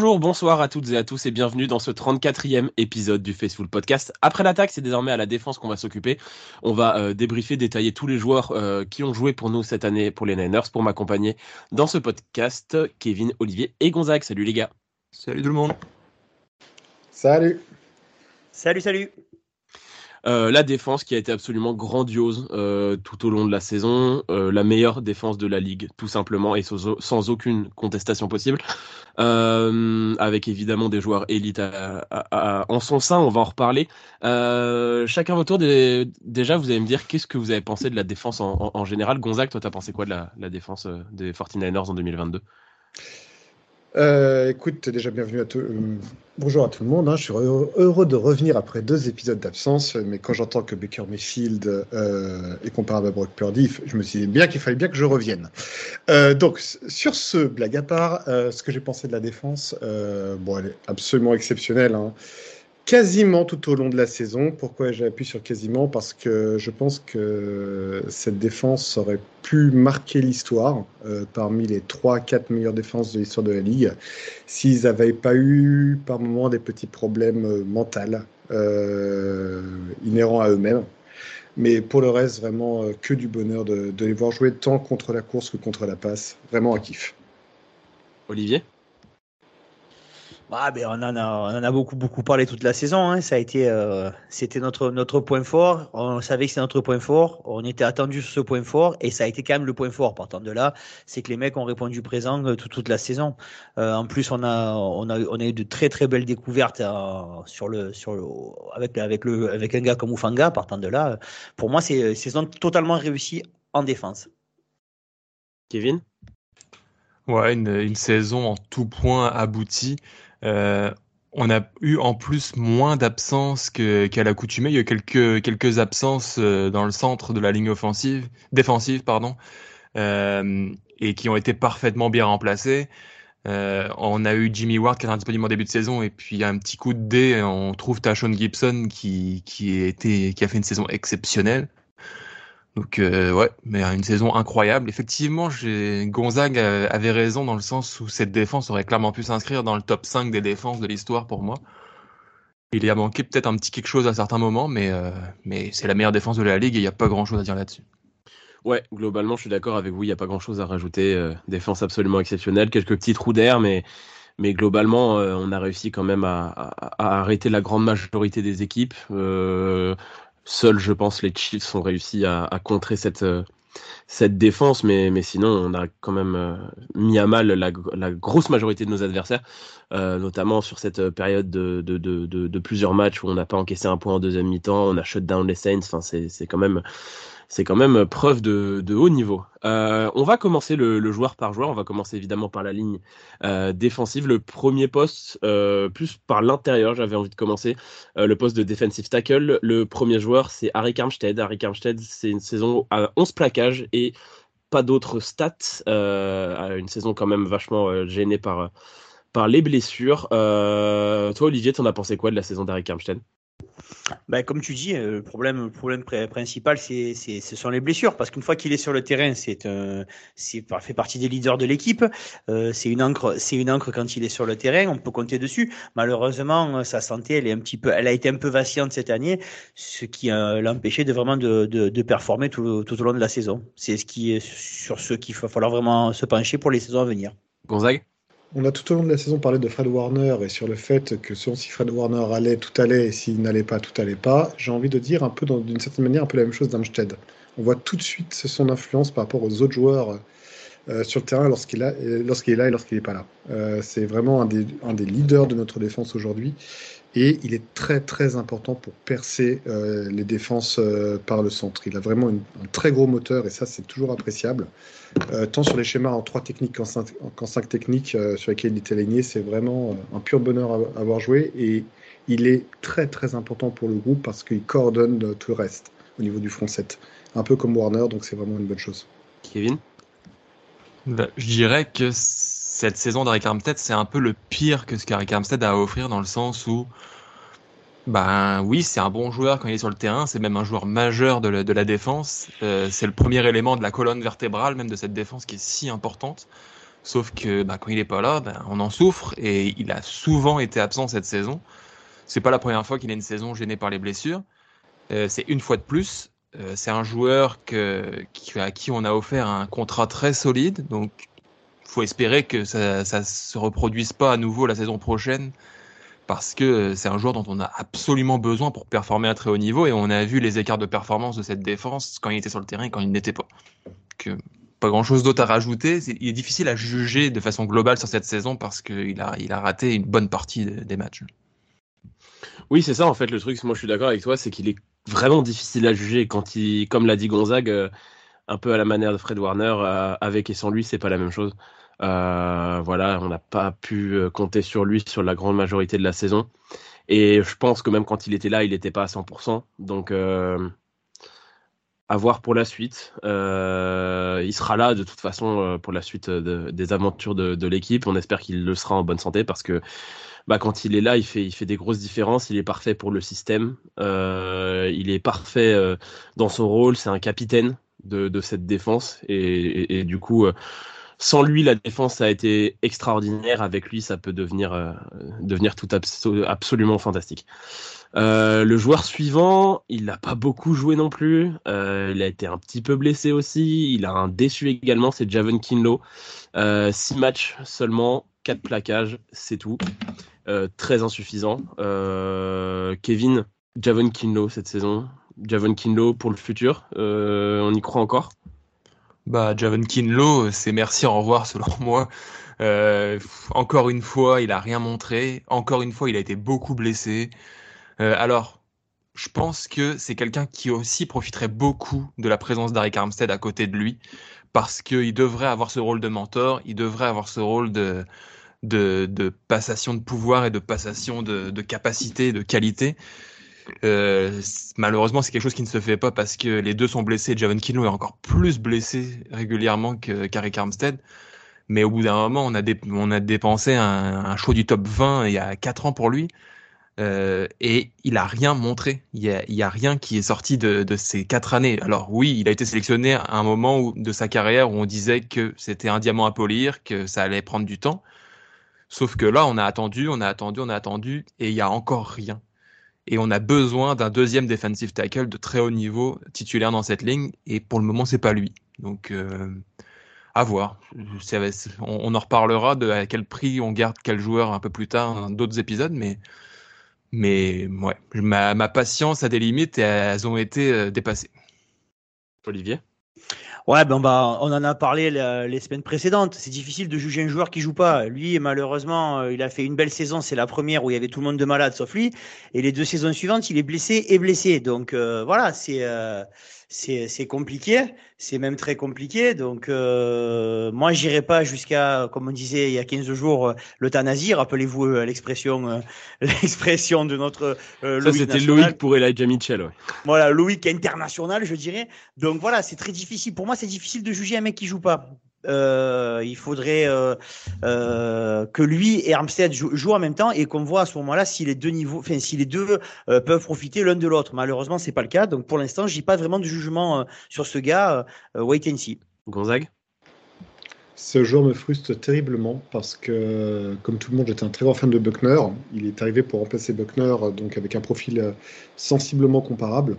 Bonjour, bonsoir à toutes et à tous et bienvenue dans ce 34e épisode du Faceful Podcast. Après l'attaque, c'est désormais à la défense qu'on va s'occuper. On va débriefer, détailler tous les joueurs qui ont joué pour nous cette année pour les Niners. Pour m'accompagner dans ce podcast, Kevin, Olivier et Gonzague. Salut les gars. Salut tout le monde. Salut. Salut. La défense qui a été absolument grandiose tout au long de la saison, la meilleure défense de la ligue tout simplement et sans aucune contestation possible, avec évidemment des joueurs élites en son sein, on va en reparler. Chacun votre tour, déjà vous allez me dire qu'est-ce que vous avez pensé de la défense en général. Gonzague, toi t'as pensé quoi de la défense des 49ers en 2022? Écoute, déjà bienvenue bonjour à tout le monde. Je suis heureux de revenir après 2 épisodes d'absence, mais quand j'entends que Baker Mayfield est comparable à Brock Purdy, je me suis dit bien qu'il fallait bien que je revienne. Donc, sur ce, blague à part, ce que j'ai pensé de la défense, elle est absolument exceptionnelle. Quasiment tout au long de la saison. Pourquoi j'appuie sur quasiment? Parce que je pense que cette défense aurait pu marquer l'histoire parmi les 3-4 meilleures défenses de l'histoire de la Ligue s'ils n'avaient pas eu par moments des petits problèmes mentaux inhérents à eux-mêmes. Mais pour le reste, vraiment que du bonheur de les voir jouer tant contre la course que contre la passe. Vraiment un kiff. Olivier? On en a beaucoup parlé toute la saison. Ça a été, c'était notre point fort. On savait que c'était notre point fort. On était attendu sur ce point fort et ça a été quand même le point fort. Partant de là, c'est que les mecs ont répondu présent toute la saison. En plus, on a eu de très très belles découvertes avec un gars comme Hufanga. Partant de là, pour moi, c'est une saison totalement réussie en défense. Kevin? Ouais, une saison en tout point aboutie. On a eu en plus moins d'absences qu'à l'accoutumée. Il y a eu quelques absences dans le centre de la ligne défensive, et qui ont été parfaitement bien remplacées. On a eu Jimmy Ward qui est indisponible en début de saison, et puis un petit coup de dé, on trouve Tashon Gibson qui a fait une saison exceptionnelle. Donc mais une saison incroyable. Effectivement, Gonzague avait raison dans le sens où cette défense aurait clairement pu s'inscrire dans le top 5 des défenses de l'histoire pour moi. Il y a manqué peut-être un petit quelque chose à certains moments, mais c'est la meilleure défense de la ligue et il n'y a pas grand-chose à dire là-dessus. Ouais, globalement, je suis d'accord avec vous. Il n'y a pas grand-chose à rajouter. Défense absolument exceptionnelle. Quelques petits trous d'air, mais globalement, on a réussi quand même à arrêter la grande majorité des équipes. Seuls, je pense, les Chiefs ont réussi à contrer cette défense, mais sinon, on a quand même mis à mal la grosse majorité de nos adversaires, notamment sur cette période de plusieurs matchs où on n'a pas encaissé un point en deuxième mi-temps, on a shut down les Saints. Enfin, c'est quand même preuve de haut niveau. On va commencer le joueur par joueur. On va commencer évidemment par la ligne défensive. Le premier poste, plus par l'intérieur, j'avais envie de commencer. Le poste de defensive tackle. Le premier joueur, c'est Arik Armstead. Arik Armstead, c'est une saison à 11 plaquages et pas d'autres stats. Une saison quand même vachement gênée par les blessures. Toi, Olivier, t'en as pensé quoi de la saison d'Arik Armstead? Comme tu dis, le problème principal, ce sont les blessures. Parce qu'une fois qu'il est sur le terrain, fait partie des leaders de l'équipe. C'est une encre quand il est sur le terrain. On peut compter dessus. Malheureusement, sa santé, elle a été un peu vacillante cette année, ce qui l'a empêché de performer tout au long de la saison. C'est sur ce qu'il va falloir vraiment se pencher pour les saisons à venir. Gonzague? On a tout au long de la saison parlé de Fred Warner et sur le fait que si Fred Warner allait, tout allait, et s'il n'allait pas, tout allait pas. J'ai envie de dire d'une certaine manière un peu la même chose d'Armstead. On voit tout de suite son influence par rapport aux autres joueurs sur le terrain lorsqu'il est là et lorsqu'il n'est pas là. C'est vraiment un des leaders de notre défense aujourd'hui et il est très très important pour percer les défenses par le centre. Il a vraiment un très gros moteur et ça c'est toujours appréciable. Tant sur les schémas en 3 techniques qu'en 5 techniques sur lesquels il est aligné, c'est vraiment un pur bonheur à avoir joué et il est très très important pour le groupe parce qu'il coordonne tout le reste au niveau du front 7. Un peu comme Warner, donc c'est vraiment une bonne chose. Kevin? Je dirais que cette saison d'Arik Armstead, c'est un peu le pire que ce qu'Arik Armstead a à offrir dans le sens où oui, c'est un bon joueur quand il est sur le terrain, c'est même un joueur majeur de la défense, c'est le premier élément de la colonne vertébrale même de cette défense qui est si importante. Sauf que quand il est pas là, on en souffre et il a souvent été absent cette saison. C'est pas la première fois qu'il a une saison gênée par les blessures. C'est une fois de plus. C'est un joueur à qui on a offert un contrat très solide, donc faut espérer que ça se reproduise pas à nouveau la saison prochaine, parce que c'est un joueur dont on a absolument besoin pour performer à très haut niveau, et on a vu les écarts de performance de cette défense quand il était sur le terrain et quand il n'était pas. Donc, pas grand-chose d'autre à rajouter. Il est difficile à juger de façon globale sur cette saison parce qu'il a raté une bonne partie des matchs. Oui, c'est ça en fait le truc. Moi, je suis d'accord avec toi, c'est qu'il est vraiment difficile à juger quand comme l'a dit Gonzague, un peu à la manière de Fred Warner, avec et sans lui, c'est pas la même chose. Voilà, on n'a pas pu compter sur lui sur la grande majorité de la saison. Et je pense que même quand il était là, il n'était pas à 100%. Donc, à voir pour la suite. Il sera là de toute façon pour la suite des aventures de l'équipe. On espère qu'il le sera en bonne santé parce que quand il est là, il fait des grosses différences. Il est parfait pour le système. Il est parfait dans son rôle. C'est un capitaine de cette défense. Et du coup, sans lui, la défense a été extraordinaire. Avec lui, ça peut devenir tout absolument fantastique. Le joueur suivant, il n'a pas beaucoup joué non plus. Il a été un petit peu blessé aussi. Il a un déçu également, c'est Javon Kinlaw. 6 matchs seulement, 4 plaquages, c'est tout. Très insuffisant. Kevin, Javon Kinlaw cette saison. Javon Kinlaw pour le futur, on y croit encore? Javon Kinlaw, c'est merci, au revoir selon moi. Encore une fois, il a rien montré. Encore une fois, il a été beaucoup blessé. Alors, je pense que c'est quelqu'un qui aussi profiterait beaucoup de la présence d'Arik Armstead à côté de lui, parce qu'il devrait avoir ce rôle de mentor, il devrait avoir ce rôle de passation de pouvoir et de passation de capacité, de qualité. Malheureusement, c'est quelque chose qui ne se fait pas parce que les deux sont blessés. Javon Kinlaw est encore plus blessé régulièrement qu'Arik Armstead. Mais au bout d'un moment, on a dépensé un choix du top 20 il y a 4 ans pour lui. Et il a rien montré. Il y a rien qui est sorti de ces 4 années. Alors oui, il a été sélectionné à un moment de sa carrière où on disait que c'était un diamant à polir, que ça allait prendre du temps. Sauf que là, on a attendu, et il y a encore rien. Et on a besoin d'un deuxième defensive tackle de très haut niveau titulaire dans cette ligne. Et pour le moment, c'est pas lui. Donc, à voir. On en reparlera de à quel prix on garde quel joueur un peu plus tard dans d'autres épisodes, mais ouais, ma patience a des limites et elles ont été dépassées. Olivier? Ouais, on en a parlé les semaines précédentes. C'est difficile de juger un joueur qui joue pas. Lui, malheureusement, il a fait une belle saison. C'est la première où il y avait tout le monde de malade sauf lui. Et les 2 saisons suivantes, il est blessé et blessé. Donc voilà, c'est compliqué. C'est même très compliqué. Donc moi, j'irai pas jusqu'à, comme on disait il y a 15 jours, l'euthanasie. Rappelez-vous l'expression de notre Ça, Loïc c'était national. Loïc pour Elijah Mitchell. Ouais. Voilà, Loïc international, je dirais. Donc voilà, c'est très difficile. Pour moi, c'est difficile de juger un mec qui joue pas. Il faudrait que lui et Armstead jouent en même temps et qu'on voit à ce moment-là si les deux peuvent profiter l'un de l'autre. Malheureusement, c'est pas le cas. Donc pour l'instant, j'ai pas vraiment de jugement sur ce gars. Wait and see. Gonzague? Ce joueur me frustre terriblement parce que, comme tout le monde, j'étais un très grand fan de Buckner. Il est arrivé pour remplacer Buckner, donc avec un profil sensiblement comparable.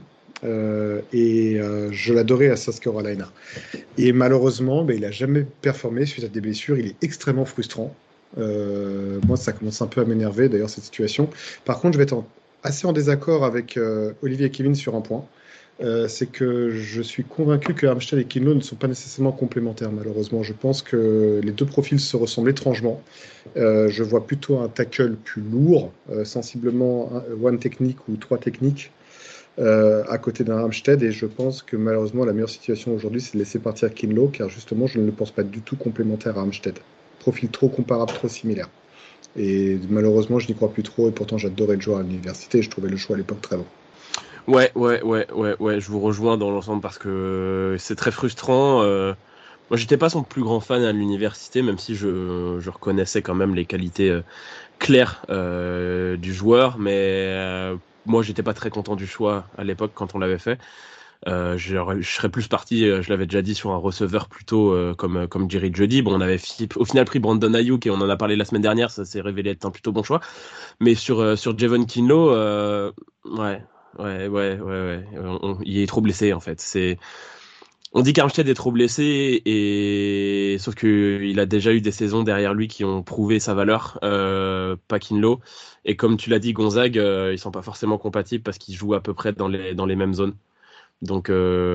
Je l'adorais à South Carolina. Et malheureusement, il n'a jamais performé suite à des blessures. Il est extrêmement frustrant. Moi, ça commence un peu à m'énerver, d'ailleurs, cette situation. Par contre, je vais être assez en désaccord avec Olivier et Kevin sur un point. C'est que je suis convaincu que Armstead et Kinlaw ne sont pas nécessairement complémentaires, malheureusement. Je pense que les deux profils se ressemblent étrangement. Je vois plutôt un tackle plus lourd, sensiblement one technique ou 3 techniques, à côté d'un Armstead, et je pense que malheureusement la meilleure situation aujourd'hui c'est de laisser partir Kinlaw, car justement je ne le pense pas du tout complémentaire à Armstead. Profil trop comparable, trop similaire. Et malheureusement je n'y crois plus trop, et pourtant j'adorais le joueur à l'université et je trouvais le choix à l'époque très bon. Ouais, je vous rejoins dans l'ensemble parce que c'est très frustrant. Moi, j'étais pas son plus grand fan à l'université, même si je reconnaissais quand même les qualités claires du joueur, mais moi, j'étais pas très content du choix à l'époque quand on l'avait fait. Je serais plus parti, je l'avais déjà dit, sur un receveur plutôt comme Jerry Jeudy. Bon, on avait au final pris Brandon Ayuk et on en a parlé la semaine dernière, ça s'est révélé être un plutôt bon choix. Mais sur Javon Kinlaw, ouais. Il est trop blessé en fait. On dit qu'Armstead est trop blessé, et sauf qu'il a déjà eu des saisons derrière lui qui ont prouvé sa valeur, pas Kinlaw. Et comme tu l'as dit, Gonzague, ils sont pas forcément compatibles parce qu'ils jouent à peu près dans les mêmes zones. Donc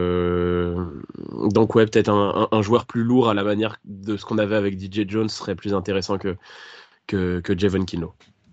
ouais, peut-être un joueur plus lourd à la manière de ce qu'on avait avec DJ Jones serait plus intéressant que Javon Kinlaw.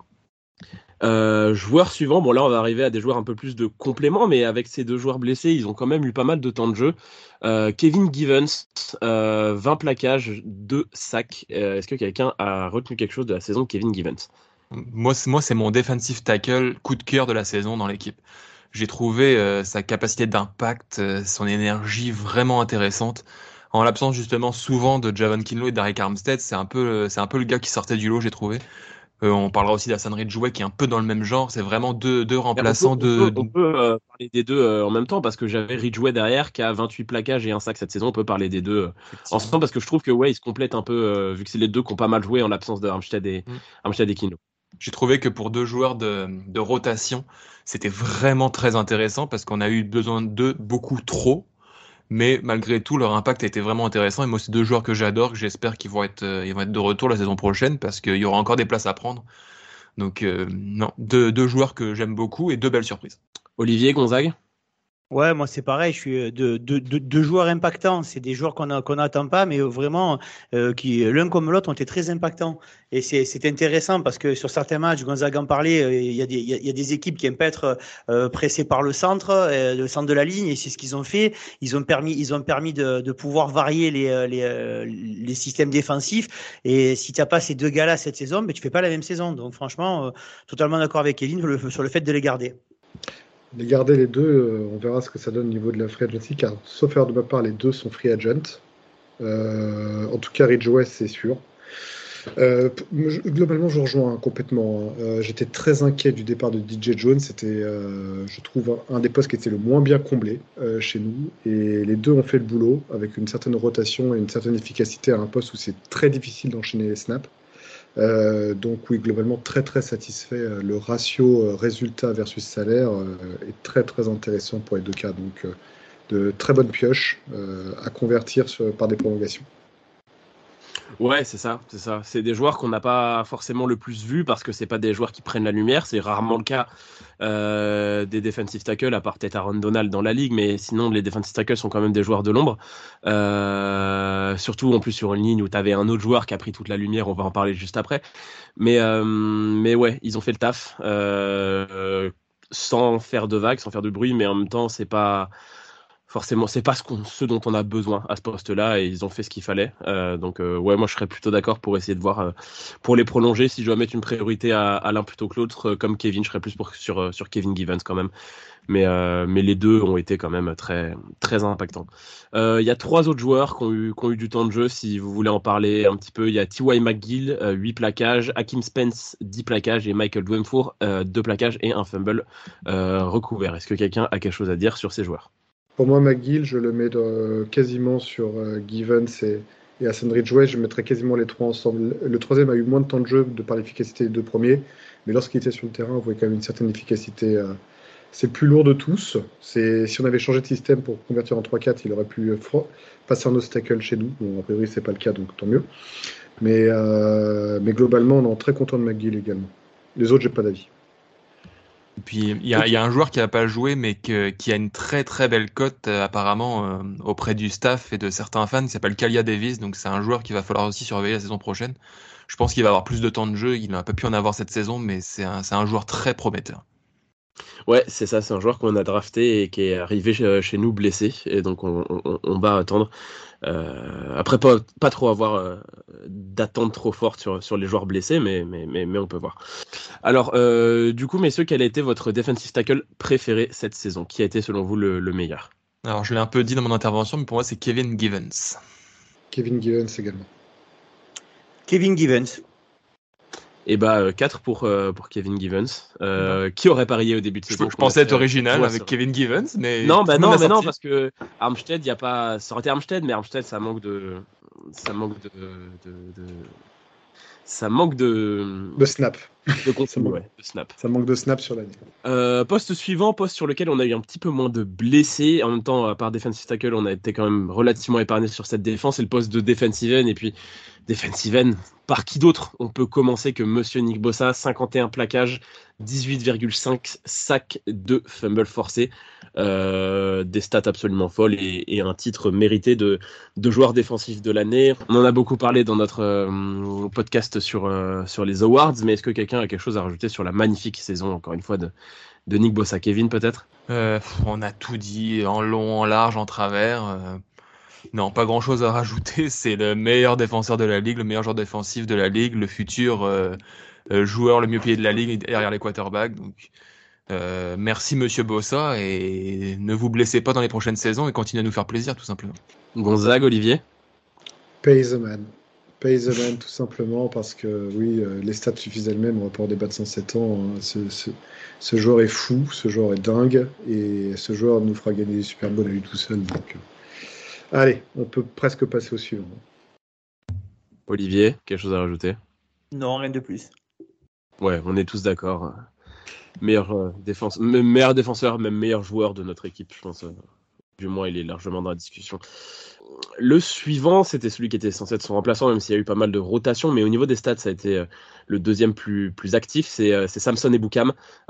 Joueur suivant, bon là on va arriver à des joueurs un peu plus de complément, mais avec ces deux joueurs blessés, ils ont quand même eu pas mal de temps de jeu. Kevin Givens, 20 plaquages, 2 sacs. Est-ce que quelqu'un a retenu quelque chose de la saison de Kevin Givens? Moi, c'est mon defensive tackle coup de cœur de la saison dans l'équipe. J'ai trouvé sa capacité d'impact, son énergie vraiment intéressante. En l'absence justement souvent de Javon Kinlaw et d'Arik Armstead, c'est un peu le gars qui sortait du lot, j'ai trouvé. On parlera aussi d'Hassan Ridgeway qui est un peu dans le même genre. C'est vraiment deux remplaçants. On peut parler des deux en même temps, parce que j'avais Ridgeway derrière qui a 28 plaquages et un sac cette saison. On peut parler des deux ensemble, parce que je trouve que ouais, ils se complètent un peu, vu que c'est les deux qui ont pas mal joué en l'absence de Armstead et Kinlaw. J'ai trouvé que pour deux joueurs de rotation, c'était vraiment très intéressant parce qu'on a eu besoin d'eux beaucoup trop. Mais malgré tout, leur impact a été vraiment intéressant. Et moi, c'est deux joueurs que j'adore, que j'espère qu'ils vont être de retour la saison prochaine parce qu'il y aura encore des places à prendre. Donc, non, deux joueurs que j'aime beaucoup et deux belles surprises. Olivier, Gonzague? Ouais, moi c'est pareil, je suis de joueurs impactants. C'est des joueurs qu'on n'attend pas, mais vraiment qui l'un comme l'autre ont été très impactants. Et c'est intéressant parce que sur certains matchs, Gonzague en parlait, il y a des équipes qui aiment pas être pressées par le centre de la ligne, et c'est ce qu'ils ont fait. Ils ont permis de pouvoir varier les systèmes défensifs. Et si t'as pas ces deux gars-là cette saison, mais tu fais pas la même saison. Donc franchement, totalement d'accord avec Kevin sur le fait de les garder. Les garder les deux, on verra ce que ça donne au niveau de la free agency, car sauf erreur de ma part, les deux sont free agent. En tout cas, Ridgeway, c'est sûr. Globalement, je rejoins complètement. J'étais très inquiet du départ de DJ Jones. C'était, je trouve, un des postes qui était le moins bien comblé chez nous. Et les deux ont fait le boulot avec une certaine rotation et une certaine efficacité à un poste où c'est très difficile d'enchaîner les snaps. Donc oui, globalement très très satisfait. Le ratio résultat versus salaire est très très intéressant pour les deux cas. Donc de très bonnes pioches à convertir par des prolongations. Ouais, c'est ça. C'est des joueurs qu'on n'a pas forcément le plus vus parce que c'est pas des joueurs qui prennent la lumière. C'est rarement le cas des defensive tackles, à part peut-être Aaron Donald dans la ligue, mais sinon les defensive tackles sont quand même des joueurs de l'ombre. Surtout en plus sur une ligne où tu avais un autre joueur qui a pris toute la lumière. On va en parler juste après. Mais ouais, ils ont fait le taf sans faire de vagues, sans faire de bruit, mais en même temps, c'est pas ce dont on a besoin à ce poste-là, et ils ont fait ce qu'il fallait. Donc ouais, moi je serais plutôt d'accord pour essayer de voir pour les prolonger. Si je dois mettre une priorité à l'un plutôt que l'autre, comme Kevin, je serais plus sur Kevin Givens quand même. Mais les deux ont été quand même très très impactants. Il y a 3 autres joueurs qui ont eu du temps de jeu. Si vous voulez en parler un petit peu, il y a T.Y. McGill, 8 plaquages, Hakim Spence, 10 plaquages, et Michael Dwemfour, 2 plaquages et un fumble recouvert. Est-ce que quelqu'un a quelque chose à dire sur ces joueurs? Pour moi, McGill, je le mets quasiment sur Givens et Hassan Ridgeway. Je mettrais quasiment les trois ensemble. Le troisième a eu moins de temps de jeu de par l'efficacité des deux premiers, mais lorsqu'il était sur le terrain, on voyait quand même une certaine efficacité. C'est le plus lourd de tous. Si on avait changé de système pour convertir en 3-4, il aurait pu passer un obstacle chez nous. Bon, a priori, c'est pas le cas, donc tant mieux. Mais globalement, on est très content de McGill également. Les autres, j'ai pas d'avis. Et puis il y a un joueur qui n'a pas joué mais qui a une très très belle cote apparemment auprès du staff et de certains fans, qui s'appelle Kalia Davis. Donc c'est un joueur qu'il va falloir aussi surveiller la saison prochaine. Je pense qu'il va avoir plus de temps de jeu. Il n'a pas pu en avoir cette saison, mais c'est un joueur très prometteur. Ouais, c'est ça, c'est un joueur qu'on a drafté et qui est arrivé chez nous blessé, et donc on va attendre. Après, pas trop avoir d'attente trop forte sur les joueurs blessés, mais on peut voir. Alors, du coup, messieurs, quel a été votre defensive tackle préféré cette saison? Qui a été selon vous le meilleur? Alors je l'ai un peu dit dans mon intervention, mais pour moi c'est Kevin Givens. Kevin Givens également. Kevin Givens. Et 4 pour Kevin Givens, qui aurait parié au début de saison. Je pensais être original avec Kevin Givens, mais non, parce que Armstead, il y a pas, ça aurait été Armstead, mais Armstead, ça manque de snap. De contenu, de snap. Ça manque de snap sur l'année. Poste suivant, poste sur lequel on a eu un petit peu moins de blessés. En même temps, à part defensive tackle, on a été quand même relativement épargné sur cette défense. C'est le poste de defensive end. Et puis, defensive end, par qui d'autre on peut commencer que Monsieur Nick Bosa, 51 plaquages, 18,5 sacs de fumble forcés. Des stats absolument folles et un titre mérité de joueur défensif de l'année. On en a beaucoup parlé dans notre podcast sur les awards, mais est-ce que quelqu'un a quelque chose à rajouter sur la magnifique saison, encore une fois, de Nick Bosa? Kevin, peut-être? On a tout dit en long, en large, en travers. Non, pas grand-chose à rajouter. C'est le meilleur défenseur de la ligue, le meilleur joueur défensif de la ligue, le futur joueur le mieux payé de la ligue derrière les quarterbacks. Donc, merci Monsieur Bosa et ne vous blessez pas dans les prochaines saisons et continuez à nous faire plaisir, tout simplement. Gonzague, Olivier? Pay the man, tout simplement, parce que oui, les stats suffisent elles-mêmes, on va pas en débattre 107 ans. Ce joueur est fou, ce joueur est dingue, et ce joueur nous fera gagner des Super Bowls à lui tout seul. Donc, allez, on peut presque passer au suivant. Olivier, quelque chose à rajouter? Non, rien de plus. Ouais, on est tous d'accord. Meilleur défenseur, même meilleur joueur de notre équipe, je pense. Du moins, il est largement dans la discussion. Le suivant, c'était celui qui était censé être son remplaçant, même s'il y a eu pas mal de rotations, mais au niveau des stats, ça a été le deuxième plus actif, c'est Samson Ebukam.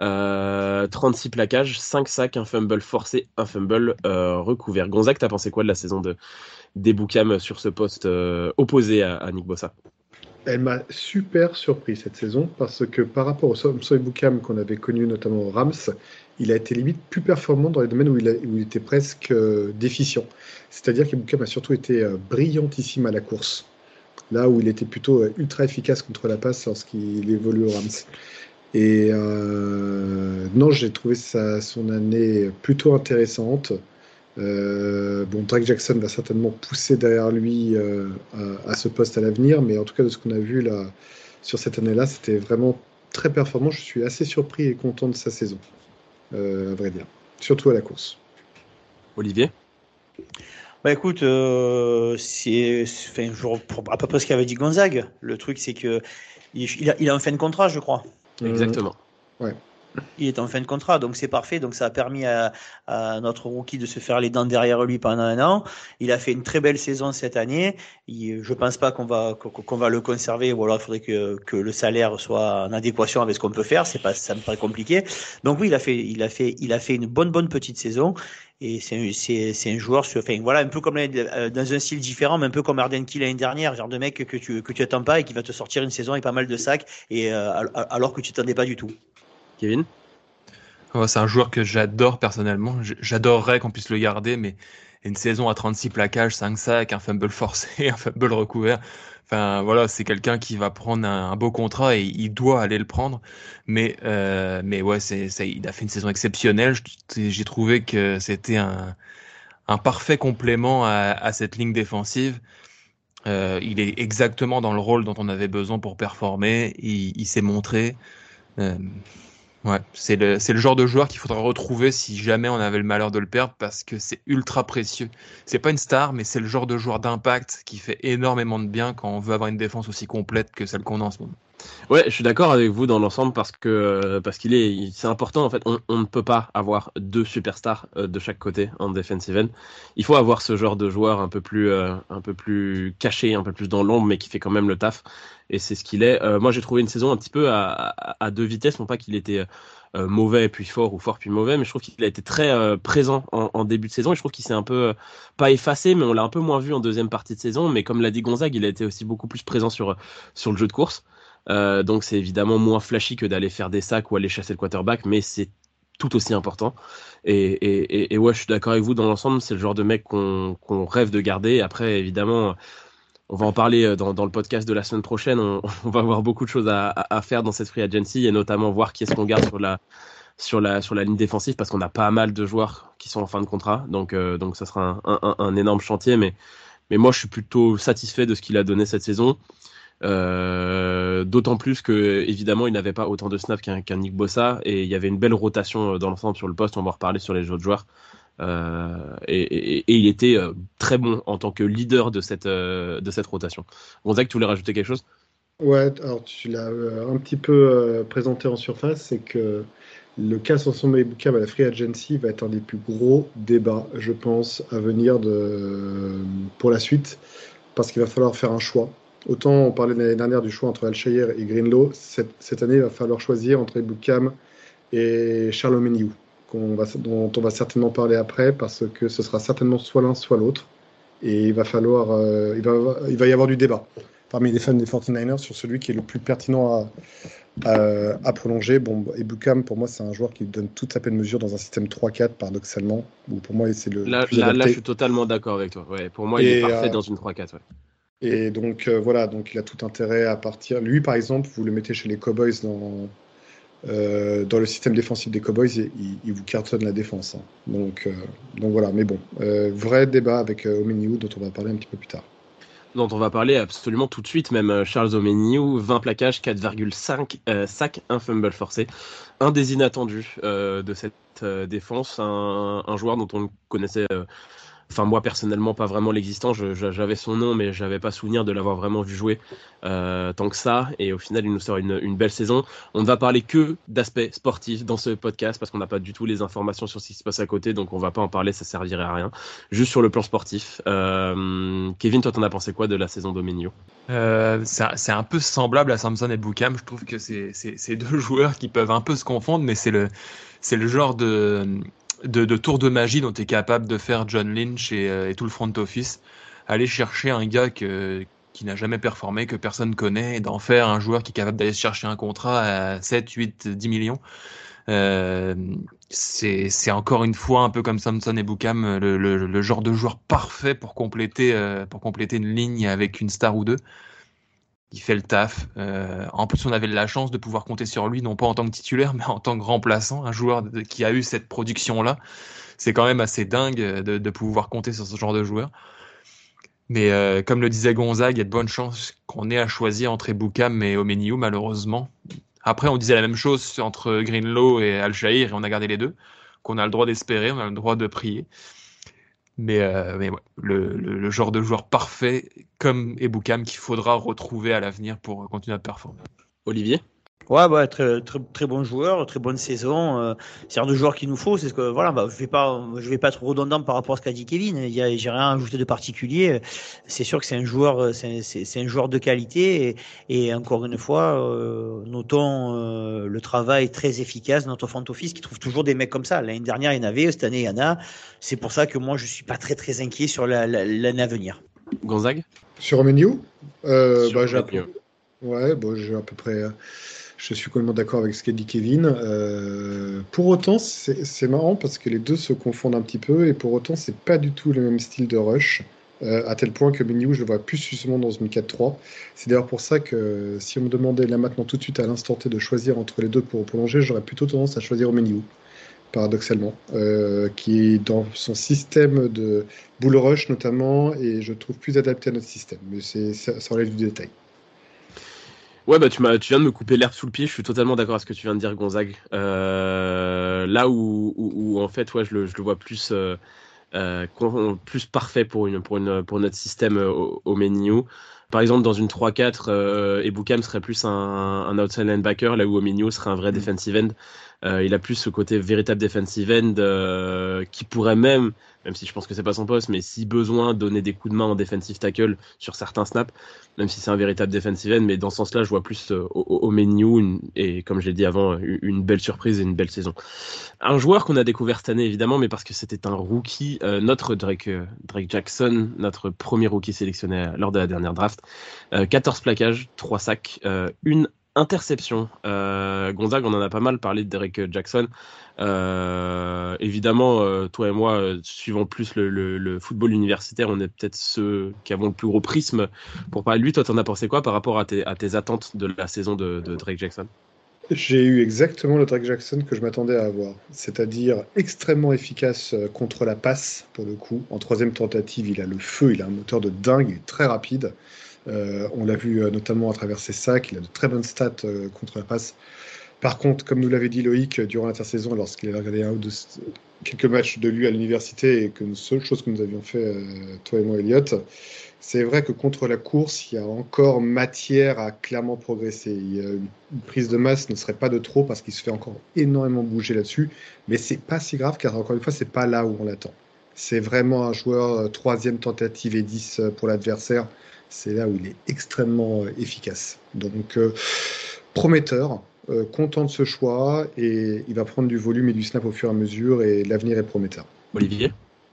36 plaquages, 5 sacs, un fumble forcé, un fumble recouvert. Gonzague, t'as pensé quoi de la saison d'Ebukam sur ce poste opposé à Nick Bosa? Elle m'a super surpris cette saison, parce que par rapport au Samson Ebukam qu'on avait connu notamment aux Rams, il a été limite plus performant dans les domaines où il était presque déficient. C'est-à-dire qu'Ebukam a surtout été brillantissime à la course, là où il était plutôt ultra efficace contre la passe lorsqu'il évolue aux Rams. Et non, j'ai trouvé son année plutôt intéressante. Drake Jackson va certainement pousser derrière lui à ce poste à l'avenir, mais en tout cas de ce qu'on a vu là sur cette année-là, c'était vraiment très performant. Je suis assez surpris et content de sa saison, à vrai dire, surtout à la course. Olivier? Écoute, je reprends à peu près ce qu'avait dit Gonzague. Le truc, c'est que il est en fin de contrat, je crois. Exactement. Ouais. Il est en fin de contrat, donc c'est parfait. Donc ça a permis à notre rookie de se faire les dents derrière lui pendant un an. Il a fait une très belle saison cette année. Je pense pas qu'on va le conserver, ou alors il faudrait que le salaire soit en adéquation avec ce qu'on peut faire. Ça me paraît compliqué. Donc oui, il a fait une bonne petite saison. Et c'est un joueur, un peu comme dans un style différent, mais un peu comme Arden Key l'année dernière, genre de mec que tu attends pas et qui va te sortir une saison avec pas mal de sacs, et alors que tu t'attendais pas du tout. Kevin? C'est un joueur que j'adore personnellement. J'adorerais qu'on puisse le garder, mais une saison à 36 plaquages, 5 sacs, un fumble forcé, un fumble recouvert. Enfin, voilà, c'est quelqu'un qui va prendre un beau contrat et il doit aller le prendre. Mais ouais, il a fait une saison exceptionnelle. J'ai trouvé que c'était un parfait complément à cette ligne défensive. Il est exactement dans le rôle dont on avait besoin pour performer. Il s'est montré. Ouais, c'est le genre de joueur qu'il faudra retrouver si jamais on avait le malheur de le perdre, parce que c'est ultra précieux. C'est pas une star, mais c'est le genre de joueur d'impact qui fait énormément de bien quand on veut avoir une défense aussi complète que celle qu'on a en ce moment. Ouais, je suis d'accord avec vous dans l'ensemble parce c'est important en fait. On ne peut pas avoir deux superstars de chaque côté en defensive end. Il faut avoir ce genre de joueur un peu plus caché, un peu plus dans l'ombre, mais qui fait quand même le taf. Et c'est ce qu'il est. Moi, j'ai trouvé une saison un petit peu à deux vitesses. Non pas qu'il était mauvais puis fort ou fort puis mauvais, mais je trouve qu'il a été très présent en début de saison. Et je trouve qu'il s'est un peu pas effacé, mais on l'a un peu moins vu en deuxième partie de saison. Mais comme l'a dit Gonzague, il a été aussi beaucoup plus présent sur le jeu de course. Donc c'est évidemment moins flashy que d'aller faire des sacs ou aller chasser le quarterback, mais c'est tout aussi important. Et ouais, je suis d'accord avec vous dans l'ensemble, c'est le genre de mec qu'on rêve de garder. Après, évidemment, on va en parler dans le podcast de la semaine prochaine. On va avoir beaucoup de choses à faire dans cette free agency, et notamment voir qui est-ce qu'on garde sur la ligne défensive, parce qu'on a pas mal de joueurs qui sont en fin de contrat. Donc ça sera un énorme chantier, mais moi je suis plutôt satisfait de ce qu'il a donné cette saison. D'autant plus que évidemment il n'avait pas autant de snaps qu'un Nick Bosa et il y avait une belle rotation dans l'ensemble sur le poste. On va en reparler sur les autres joueurs. Et il était très bon en tant que leader de cette rotation. Gonzague, tu voulais rajouter quelque chose? Ouais, alors tu l'as un petit peu présenté en surface, c'est que le cas Sanson Ebukam à la Free Agency va être un des plus gros débats, je pense, à venir pour la suite, parce qu'il va falloir faire un choix. Autant on parlait l'année dernière du choix entre Al-Shaair et Greenlaw, cette année il va falloir choisir entre Ebukam et Charles Omenihu, dont on va certainement parler après, parce que ce sera certainement soit l'un soit l'autre, et il va y avoir du débat parmi les fans des 49ers sur celui qui est le plus pertinent à prolonger. Bon, Ebukam, pour moi, c'est un joueur qui donne toute sa pleine mesure dans un système 3-4, paradoxalement, où pour moi, c'est le plus adapté. Là, je suis totalement d'accord avec toi. Ouais, pour moi, il est parfait dans une 3-4. Ouais. Et donc, voilà, donc il a tout intérêt à partir. Lui, par exemple, vous le mettez chez les Cowboys dans le système défensif des Cowboys, il vous cartonne la défense. Hein. Donc voilà, mais bon, vrai débat avec Omenihu, dont on va parler un petit peu plus tard. Dont on va parler absolument tout de suite, même Charles Omenihu, 20 plaquages, 4,5 sacs, un fumble forcé. Un des inattendus de cette défense, un joueur dont on ne connaissait, enfin moi personnellement pas vraiment l'existence, j'avais son nom mais j'avais pas souvenir de l'avoir vraiment vu jouer tant que ça, et au final il nous sort une belle saison. On ne va parler que d'aspects sportifs dans ce podcast parce qu'on n'a pas du tout les informations sur ce qui se passe à côté, donc on va pas en parler, ça servirait à rien. Juste sur le plan sportif, Kevin, toi t'en as pensé quoi de la saison d'Omenihu? C'est un peu semblable à Samson et Ebukam. Je trouve que c'est deux joueurs qui peuvent un peu se confondre, mais c'est le genre de tour de magie dont est capable de faire John Lynch et tout le front office. Aller chercher un gars qui n'a jamais performé, que personne connaît, et d'en faire un joueur qui est capable d'aller chercher un contrat à 7, 8, 10 millions. C'est encore une fois un peu comme Samson et Ebukam, le genre de joueur parfait pour compléter une ligne avec une star ou deux. Il fait le taf. En plus, on avait la chance de pouvoir compter sur lui, non pas en tant que titulaire, mais en tant que remplaçant, un joueur qui a eu cette production-là. C'est quand même assez dingue de pouvoir compter sur ce genre de joueur. Mais comme le disait Gonzague, il y a de bonnes chances qu'on ait à choisir entre Ebukam et Omenihu, malheureusement. Après, on disait la même chose entre Greenlaw et Al-Shaair, et on a gardé les deux, qu'on a le droit d'espérer, on a le droit de prier. Mais ouais, le genre de joueur parfait comme Ebukam qu'il faudra retrouver à l'avenir pour continuer à performer. Olivier? Ouais, bah, très, très, très bon joueur, très bonne saison. C'est un de joueurs qu'il nous faut. C'est ce que voilà, bah, je vais pas être redondant par rapport à ce qu'a dit Kevin. J'ai rien à ajouter de particulier. C'est sûr que c'est un joueur, c'est un joueur de qualité. Et encore une fois, notons le travail très efficace de notre front office qui trouve toujours des mecs comme ça. L'année dernière, il y en avait, cette année, il y en a. C'est pour ça que moi, je suis pas très très inquiet sur l'année à venir. Gonzague? Sur Omenihu, Sur j'ai à peu près. Je suis complètement d'accord avec ce qu'a dit Kevin. Pour autant, c'est marrant parce que les deux se confondent un petit peu et pour autant, c'est pas du tout le même style de rush. À tel point que Omenihu, je le vois plus justement dans une 4-3. C'est d'ailleurs pour ça que si on me demandait là maintenant tout de suite à l'instant T de choisir entre les deux pour prolonger, j'aurais plutôt tendance à choisir Omenihu, paradoxalement, qui est dans son système de bull rush notamment et je trouve plus adapté à notre système. Mais ça relève du détail. Ouais, bah tu viens de me couper l'herbe sous le pied. Je suis totalement d'accord avec ce que tu viens de dire, Gonzague. Là où en fait, ouais, je le vois plus plus parfait pour notre système au Omenihu. Par exemple, dans une 3-4, Ebukam serait plus un outside linebacker, là où Omenihu serait un vrai defensive end. Il a plus ce côté véritable defensive end qui pourrait même si je pense que c'est pas son poste, mais si besoin, donner des coups de main en defensive tackle sur certains snaps, même si c'est un véritable defensive end. Mais dans ce sens-là, je vois plus Omenihu et comme je l'ai dit avant, une belle surprise et une belle saison. Un joueur qu'on a découvert cette année, évidemment, mais parce que c'était un rookie, notre Drake Jackson, notre premier rookie sélectionné lors de la dernière draft. 14 plaquages, 3 sacs, une interception. Gonzague, on en a pas mal parlé de Derek Jackson. Évidemment, toi et moi, suivant plus le football universitaire, on est peut-être ceux qui avons le plus gros prisme pour parler de lui. Toi, t'en as pensé quoi par rapport à tes attentes de la saison de Drake Jackson? J'ai eu exactement le Drake Jackson que je m'attendais à avoir, c'est-à-dire extrêmement efficace contre la passe, pour le coup. En troisième tentative, il a le feu, il a un moteur de dingue, il est très rapide. On l'a vu notamment à travers ses sacs. Il a de très bonnes stats contre la passe. Par contre, comme nous l'avait dit Loïc durant l'intersaison, lorsqu'il avait regardé quelques matchs de lui à l'université et que la seule chose que nous avions fait, toi et moi, Elliot, c'est vrai que contre la course, il y a encore matière à clairement progresser. Une prise de masse ne serait pas de trop parce qu'il se fait encore énormément bouger là-dessus, mais c'est pas si grave car encore une fois, c'est pas là où on l'attend. C'est vraiment un joueur troisième tentative et 10 pour l'adversaire. C'est là où il est extrêmement efficace. Donc, prometteur, content de ce choix et il va prendre du volume et du snap au fur et à mesure et l'avenir est prometteur. Olivier ?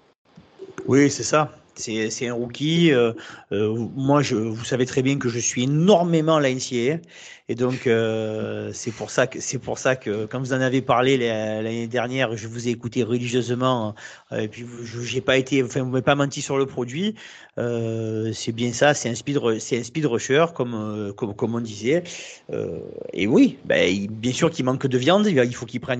Oui, c'est ça. C'est un rookie. Moi, vous savez très bien que je suis énormément la NCAA. Et donc, c'est pour ça que quand vous en avez parlé l'année dernière, je vous ai écouté religieusement. Et puis, vous m'avez pas menti sur le produit. C'est bien ça. C'est un speed rusher, comme on disait. Et oui, bien sûr qu'il manque de viande. Il faut qu'il prenne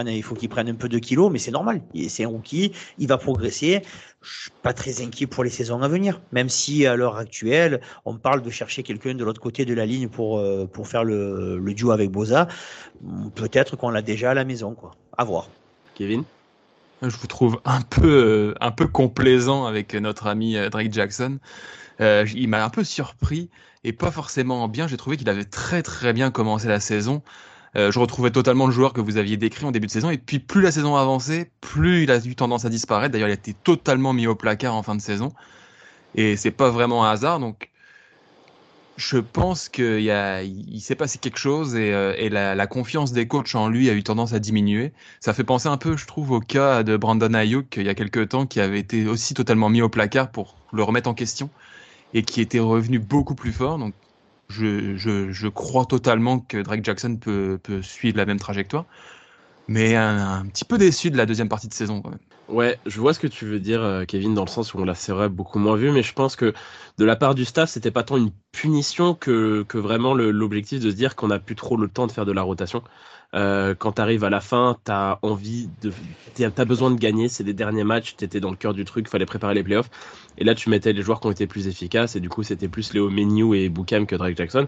un peu de kilos, mais c'est normal. C'est un rookie. Il va progresser. Je suis pas très inquiet pour les saisons à venir, même si à l'heure actuelle, on parle de chercher quelqu'un de l'autre côté de la ligne pour faire le duo avec Boza. Peut-être qu'on l'a déjà à la maison, quoi. À voir. Kevin ? Je vous trouve un peu complaisant avec notre ami Drake Jackson. Il m'a un peu surpris et pas forcément bien. J'ai trouvé qu'il avait très très bien commencé la saison. Je retrouvais totalement le joueur que vous aviez décrit en début de saison. Et puis plus la saison avançait, plus il a eu tendance à disparaître. D'ailleurs, il a été totalement mis au placard en fin de saison. Et c'est pas vraiment un hasard. Donc, je pense il s'est passé quelque chose et la confiance des coachs en lui a eu tendance à diminuer. Ça fait penser un peu, je trouve, au cas de Brandon Ayuk il y a quelques temps, qui avait été aussi totalement mis au placard pour le remettre en question et qui était revenu beaucoup plus fort. Donc, je crois totalement que Drake Jackson peut suivre la même trajectoire, mais un petit peu déçu de la deuxième partie de saison quand même. Ouais, je vois ce que tu veux dire, Kevin, dans le sens où on l'a, c'est vrai, beaucoup moins vu, mais je pense que de la part du staff, c'était pas tant une punition que vraiment l'objectif de se dire qu'on n'a plus trop le temps de faire de la rotation. Quand t'arrives à la fin, t'as besoin de gagner, c'est les derniers matchs, t'étais dans le cœur du truc, fallait préparer les playoffs, et là tu mettais les joueurs qui ont été plus efficaces, et du coup c'était plus Léo Menu et Boukham que Drake Jackson.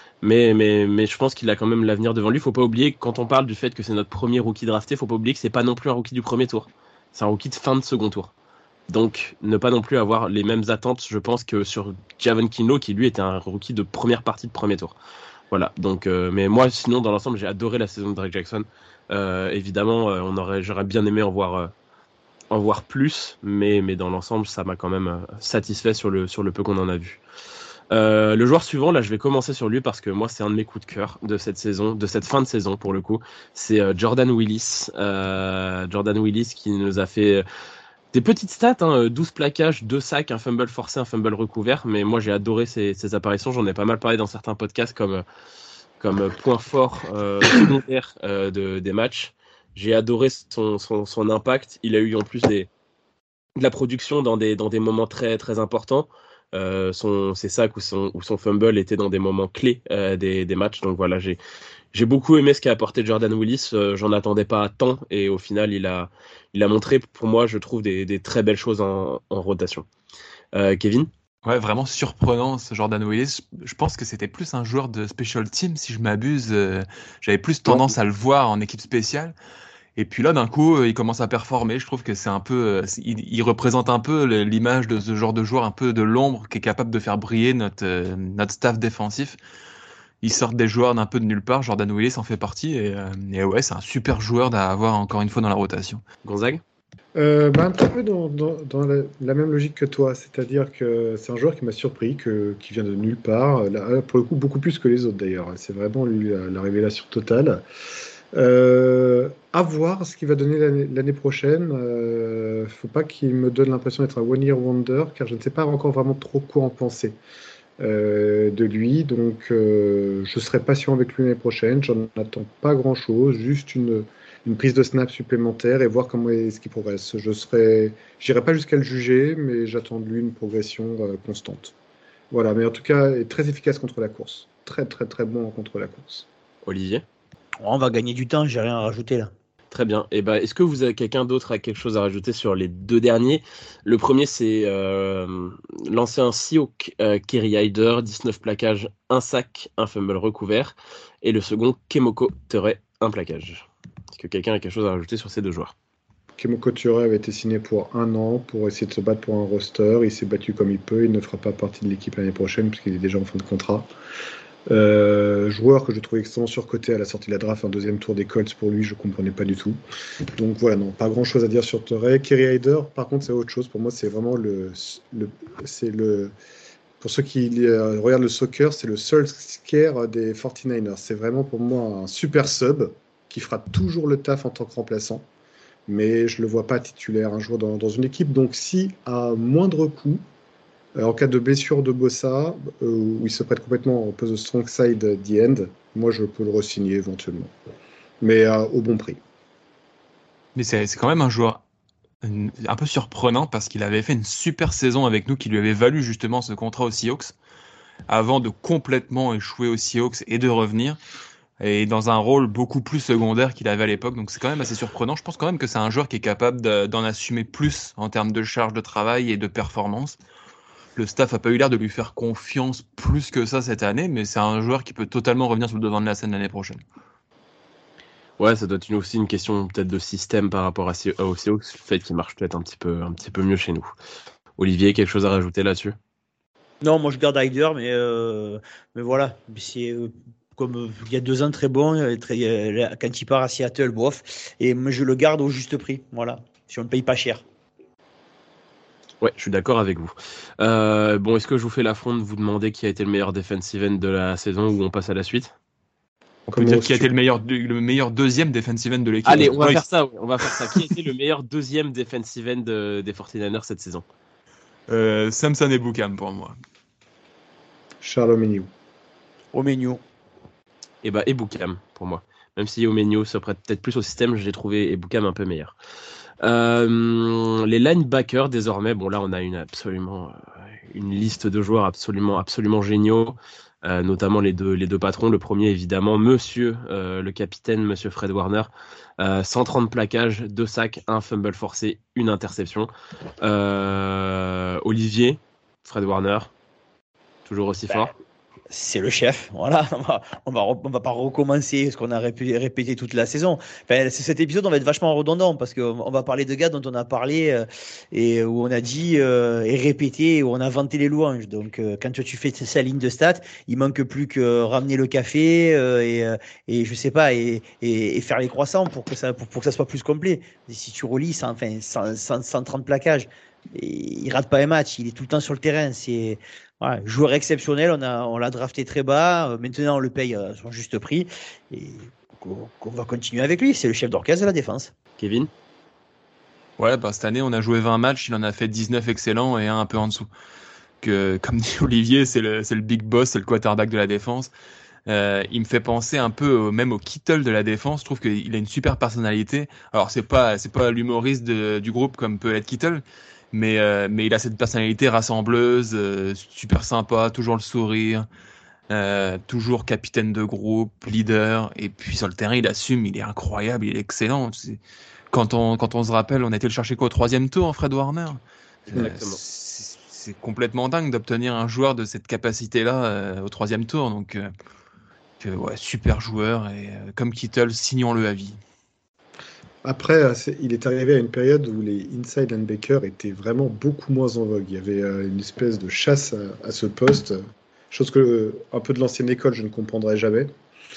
Mais je pense qu'il a quand même l'avenir devant lui. Faut pas oublier que quand on parle du fait que c'est notre premier rookie drafté, faut pas oublier que c'est pas non plus un rookie du premier tour. C'est un rookie de fin de second tour. Donc, ne pas non plus avoir les mêmes attentes, je pense, que sur Javon Kinlaw, qui lui était un rookie de première partie de premier tour. Voilà. Donc, mais moi, sinon, dans l'ensemble, j'ai adoré la saison de Drake Jackson. Évidemment, j'aurais bien aimé en voir plus, mais dans l'ensemble, ça m'a quand même satisfait sur le peu qu'on en a vu. Le joueur suivant, là, je vais commencer sur lui parce que moi, c'est un de mes coups de cœur de cette saison, de cette fin de saison pour le coup. C'est Jordan Willis. Jordan Willis qui nous a fait des petites stats, 12 plaquages, 2 sacs, un fumble forcé, un fumble recouvert. Mais moi, j'ai adoré ses apparitions. J'en ai pas mal parlé dans certains podcasts comme point fort secondaire des matchs. J'ai adoré son impact. Il a eu en plus de la production dans des moments très, très importants. Ses sacs ou son fumble étaient dans des moments clés des matchs. Donc voilà, j'ai beaucoup aimé ce qu'a apporté Jordan Willis. J'en attendais pas tant et au final, il a montré pour moi, je trouve, des très belles choses en rotation. Kevin ? Ouais, vraiment surprenant ce Jordan Willis. Je pense que c'était plus un joueur de special team, si je m'abuse. J'avais plus tendance à le voir en équipe spéciale. Et puis là, d'un coup, il commence à performer. Je trouve que c'est un peu, il représente un peu l'image de ce genre de joueur un peu de l'ombre qui est capable de faire briller notre staff défensif. Ils sortent des joueurs d'un peu de nulle part. Jordan Willis en fait partie et ouais, c'est un super joueur à avoir encore une fois dans la rotation. Gonzague ? Un petit peu dans la même logique que toi, c'est-à-dire que c'est un joueur qui m'a surpris, qui vient de nulle part, là, pour le coup beaucoup plus que les autres d'ailleurs, c'est vraiment lui la révélation totale. À voir ce qu'il va donner l'année prochaine. Faut pas qu'il me donne l'impression d'être un one-year wonder, car je ne sais pas encore vraiment trop quoi en penser de lui, donc je serai patient avec lui l'année prochaine. J'en attends pas grand-chose, juste une prise de snap supplémentaire et voir comment est-ce qu'il progresse. J'irai pas jusqu'à le juger, mais j'attends de lui une progression constante. Voilà, mais en tout cas, il est très efficace contre la course. Très, très, très bon contre la course. Olivier ? On va gagner du temps, j'ai rien à rajouter là. Très bien. Et est-ce que vous avez quelqu'un d'autre a quelque chose à rajouter sur les deux derniers? Le premier, c'est l'ancien Seahawk Kerry Hyder, 19 plaquages, un sac, un fumble recouvert. Et le second, Kemoko Turay, un plaquage. Est-ce que quelqu'un a quelque chose à rajouter sur ces deux joueurs? Kemoko Turay avait été signé pour 1 an pour essayer de se battre pour un roster. Il s'est battu comme il peut. Il ne fera pas partie de l'équipe l'année prochaine puisqu'il est déjà en fin de contrat. Joueur que je trouvais extrêmement surcoté à la sortie de la draft, un deuxième tour des Colts pour lui, je comprenais pas du tout. Donc voilà, non, pas grand chose à dire sur Turay. Kerry Hyder, par contre, c'est autre chose. Pour moi, c'est vraiment pour ceux qui regardent le soccer, c'est le seul scare des 49ers. C'est vraiment pour moi un super sub qui fera toujours le taf en tant que remplaçant. Mais je le vois pas titulaire un jour dans une équipe. Donc si à moindre coût, en cas de blessure de Bossa, où il se prête complètement au poste de strong side the end, moi je peux le re-signer éventuellement. Mais au bon prix. Mais c'est quand même un joueur un peu surprenant parce qu'il avait fait une super saison avec nous qui lui avait valu justement ce contrat aux Seahawks avant de complètement échouer aux Seahawks et de revenir et dans un rôle beaucoup plus secondaire qu'il avait à l'époque. Donc c'est quand même assez surprenant. Je pense quand même que c'est un joueur qui est capable d'en assumer plus en termes de charge de travail et de performance. Le staff a pas eu l'air de lui faire confiance plus que ça cette année, mais c'est un joueur qui peut totalement revenir sur le devant de la scène l'année prochaine. Ouais, ça doit être aussi une question peut-être de système par rapport aux Seahawks, le fait qu'il marche peut-être un petit peu mieux chez nous. Olivier, quelque chose à rajouter là-dessus? Non, moi je garde Hyder, mais voilà, c'est comme il y a 2 ans très bon, quand il part à Seattle, bof, et moi je le garde au juste prix, voilà, si on ne paye pas cher. Ouais, je suis d'accord avec vous. Est-ce que je vous fais l'affront de vous demander qui a été le meilleur defensive end de la saison ou on passe à la suite? On peut dire qui a été le meilleur deuxième defensive end de l'équipe. Allez, on va faire ça. Qui a été le meilleur deuxième defensive end des 49ers cette saison? Samson et Boukham pour moi. Charles Omenihu. Omenihu. Et Boukham pour moi. Même si Omenihu se prête peut-être plus au système, j'ai trouvé Ebukam un peu meilleur. Les linebackers désormais, là on a une liste de joueurs absolument géniaux, notamment les deux patrons. Le premier évidemment, monsieur le capitaine, monsieur Fred Warner, 130 plaquages, 2 sacs, 1 fumble forcé, 1 interception. Olivier, Fred Warner, toujours aussi fort. C'est le chef, voilà. On va pas recommencer ce qu'on a répété toute la saison. Enfin, cet épisode, on va être vachement redondant parce qu'on va parler de gars dont on a parlé et où on a dit et répété, où on a vanté les louanges. Donc, quand tu fais sa ligne de stats, il manque plus que ramener le café et je sais pas et faire les croissants pour que ça soit plus complet. Et si tu relis 130 plaquages, il rate pas un match, il est tout le temps sur le terrain. C'est joueur exceptionnel, on l'a drafté très bas, maintenant on le paye à son juste prix et on va continuer avec lui, c'est le chef d'orchestre de la défense. Kevin? Ouais, cette année on a joué 20 matchs, il en a fait 19 excellents et un peu en dessous. Comme dit Olivier, c'est le big boss, c'est le quarterback de la défense. Il me fait penser un peu même au Kittle de la défense. Je trouve qu'il a une super personnalité. Alors c'est pas l'humoriste du groupe comme peut l'être Kittle, mais il a cette personnalité rassembleuse, super sympa, toujours le sourire, toujours capitaine de groupe, leader. Et puis sur le terrain, il assume, il est incroyable, il est excellent. Quand on se rappelle, on a été le chercher au 3e tour, Fred Warner. Exactement. C'est complètement dingue d'obtenir un joueur de cette capacité-là au 3e tour. Donc super joueur et comme Kittle, signons-le à vie. Après, il est arrivé à une période où les inside linebackers étaient vraiment beaucoup moins en vogue. Il y avait une espèce de chasse à ce poste, chose que un peu de l'ancienne école, je ne comprendrai jamais.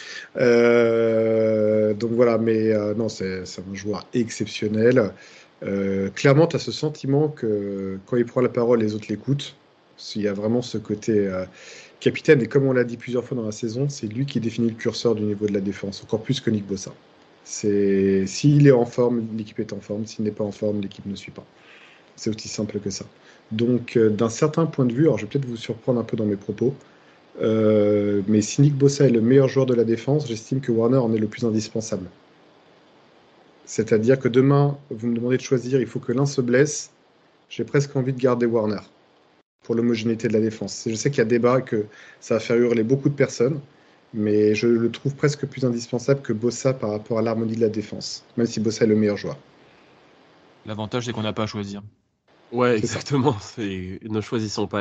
Donc voilà, mais non, c'est un joueur exceptionnel. Clairement, tu as ce sentiment que quand il prend la parole, les autres l'écoutent. Il y a vraiment ce côté capitaine, et comme on l'a dit plusieurs fois dans la saison, c'est lui qui définit le curseur du niveau de la défense, encore plus que Nick Bosa. S'il est en forme, l'équipe est en forme. S'il n'est pas en forme, l'équipe ne suit pas. C'est aussi simple que ça. Donc, d'un certain point de vue, alors je vais peut-être vous surprendre un peu dans mes propos, mais si Nick Bosa est le meilleur joueur de la défense, j'estime que Warner en est le plus indispensable. C'est-à-dire que demain, vous me demandez de choisir, il faut que l'un se blesse. J'ai presque envie de garder Warner pour l'homogénéité de la défense. Je sais qu'il y a débat, que ça va faire hurler beaucoup de personnes, mais je le trouve presque plus indispensable que Bossa par rapport à l'harmonie de la défense, même si Bossa est le meilleur joueur. L'avantage, c'est qu'on n'a pas à choisir. Ouais, C'est ça. exactement. Ne choisissons pas.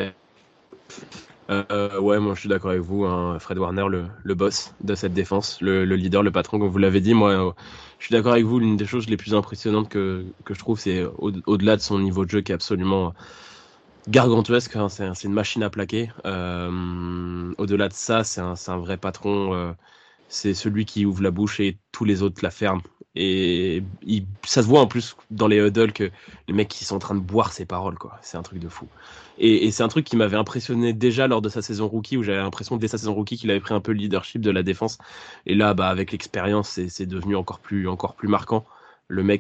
Ouais, moi je suis d'accord avec vous, hein. Fred Warner, le boss de cette défense, le leader, le patron, comme vous l'avez dit. Moi, je suis d'accord avec vous. L'une des choses les plus impressionnantes que je trouve, c'est au-delà de son niveau de jeu qui est absolument gargantuesque, hein. C'est une machine à plaquer. Au-delà de ça, c'est un vrai patron. C'est celui qui ouvre la bouche et tous les autres la ferment. Et ça se voit en plus dans les huddles que les mecs qui sont en train de boire ses paroles, quoi. C'est un truc de fou. Et c'est un truc qui m'avait impressionné déjà lors de sa saison rookie, où j'avais l'impression dès sa saison rookie qu'il avait pris un peu le leadership de la défense. Et là, bah, avec l'expérience, c'est devenu encore plus marquant. Le mec,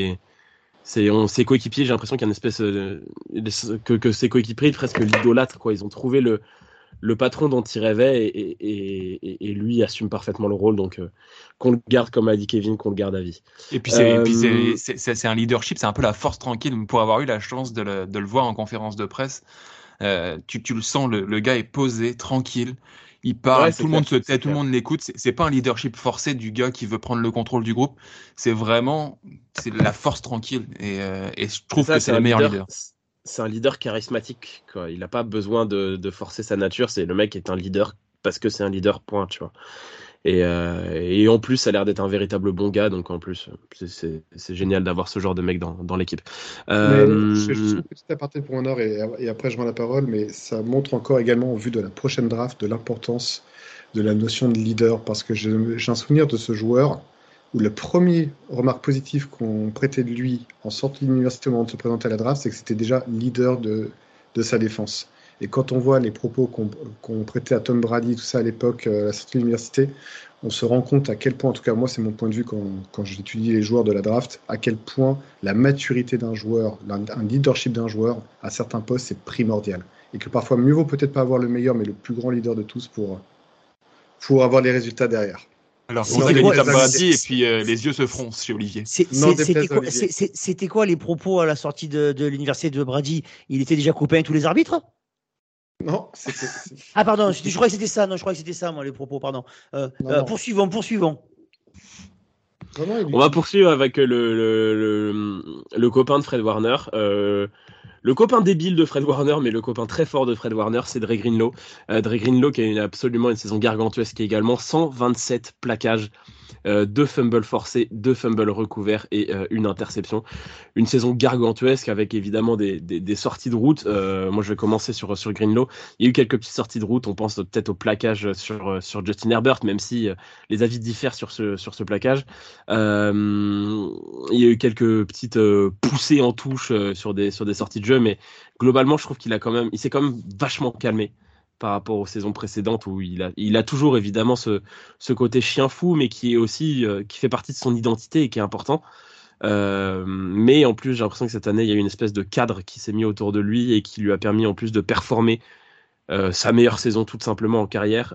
ses coéquipiers, j'ai l'impression qu'il y a une espèce que ses coéquipiers presque l'idolâtrent, quoi. Ils ont trouvé le patron dont il rêvait et lui assume parfaitement le rôle. Donc qu'on le garde, comme a dit Kevin, qu'on le garde à vie. Et puis c'est un leadership, c'est un peu la force tranquille. Pour avoir eu la chance de le voir en conférence de presse, tu le sens, le gars est posé, tranquille. Il parle, Ouais, tout le clair, monde se tait, tout clair. le monde l'écoute. C'est pas un leadership forcé du gars qui veut prendre le contrôle du groupe. C'est la force tranquille. Et je trouve que c'est le meilleur leader. C'est un leader charismatique, quoi. Il n'a pas besoin de forcer sa nature. C'est le mec est un leader parce que c'est un leader, point, tu vois. Et en plus, ça a l'air d'être un véritable bon gars. Donc en plus, c'est génial d'avoir ce genre de mec dans l'équipe. Mais je fais juste une petite aparté pour Honor et après je rends la parole, mais ça montre encore également, au vu de la prochaine draft, de l'importance de la notion de leader, parce que j'ai un souvenir de ce joueur où le premier remarque positive qu'on prêtait de lui en sortie de l'université au moment de se présenter à la draft, c'est que c'était déjà leader de sa défense. Et quand on voit les propos qu'on prêtait à Tom Brady, tout ça à l'époque, à la sortie de l'université, on se rend compte à quel point, en tout cas moi c'est mon point de vue quand j'étudie les joueurs de la draft, à quel point la maturité d'un joueur, un leadership d'un joueur à certains postes c'est primordial. Et que parfois mieux vaut peut-être pas avoir le meilleur mais le plus grand leader de tous pour avoir les résultats derrière. Alors, Non, on mais dit moi, Tom ça- Brady et puis les yeux se froncent chez Olivier. Non, déplaise à Olivier. C'était quoi les propos à la sortie de l'université de Brady? Il était déjà copain avec tous les arbitres? Non, Ah pardon, je crois que c'était ça. Non, je crois que c'était ça, moi, les propos, pardon. non. Poursuivons. Vraiment, On va poursuivre avec le copain de Fred Warner. Le copain débile de Fred Warner, mais le copain très fort de Fred Warner, c'est Dre Greenlaw. Dre Greenlaw qui a absolument une saison gargantuesque également, 127 plaquages, 2 fumbles forcés, 2 fumbles recouverts et une interception. Une saison gargantuesque avec évidemment des sorties de route. Moi, je vais commencer sur Greenlaw. Il y a eu quelques petites sorties de route. On pense peut-être au plaquage sur Justin Herbert, même si les avis diffèrent sur ce plaquage. Il y a eu quelques petites poussées en touche sur des sorties de jeu, mais globalement, je trouve il s'est quand même vachement calmé par rapport aux saisons précédentes où il a toujours évidemment ce côté chien fou, mais qui est aussi qui fait partie de son identité et qui est important. Mais en plus, j'ai l'impression que cette année, il y a eu une espèce de cadre qui s'est mis autour de lui et qui lui a permis en plus de performer sa meilleure saison tout simplement en carrière.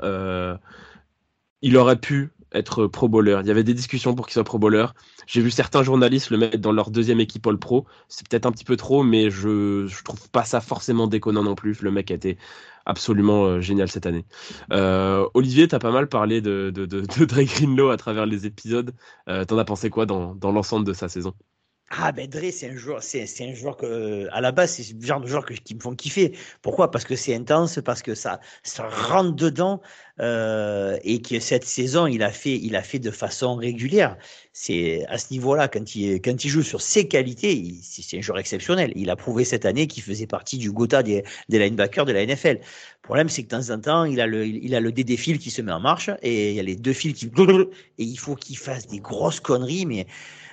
Il aurait pu être pro bowler. Il y avait des discussions pour qu'il soit pro bowler. J'ai vu certains journalistes le mettre dans leur deuxième équipe All Pro. C'est peut-être un petit peu trop, mais je trouve pas ça forcément déconnant non plus. Le mec a été absolument génial cette année. Olivier, t'as pas mal parlé de Dre Greenlaw à travers les épisodes. T'en as pensé quoi dans l'ensemble de sa saison? Ah ben Dre, c'est un joueur que à la base c'est le genre de joueur qui me font kiffer. Pourquoi? Parce que c'est intense, parce que ça rentre dedans et que cette saison il a fait de façon régulière. C'est à ce niveau-là quand il joue sur ses qualités, c'est un joueur exceptionnel. Il a prouvé cette année qu'il faisait partie du Gotha des linebackers de la NFL. Le problème c'est que de temps en temps il a le DD fil qui se met en marche et il y a les deux fils qui et il faut qu'il fasse des grosses conneries mais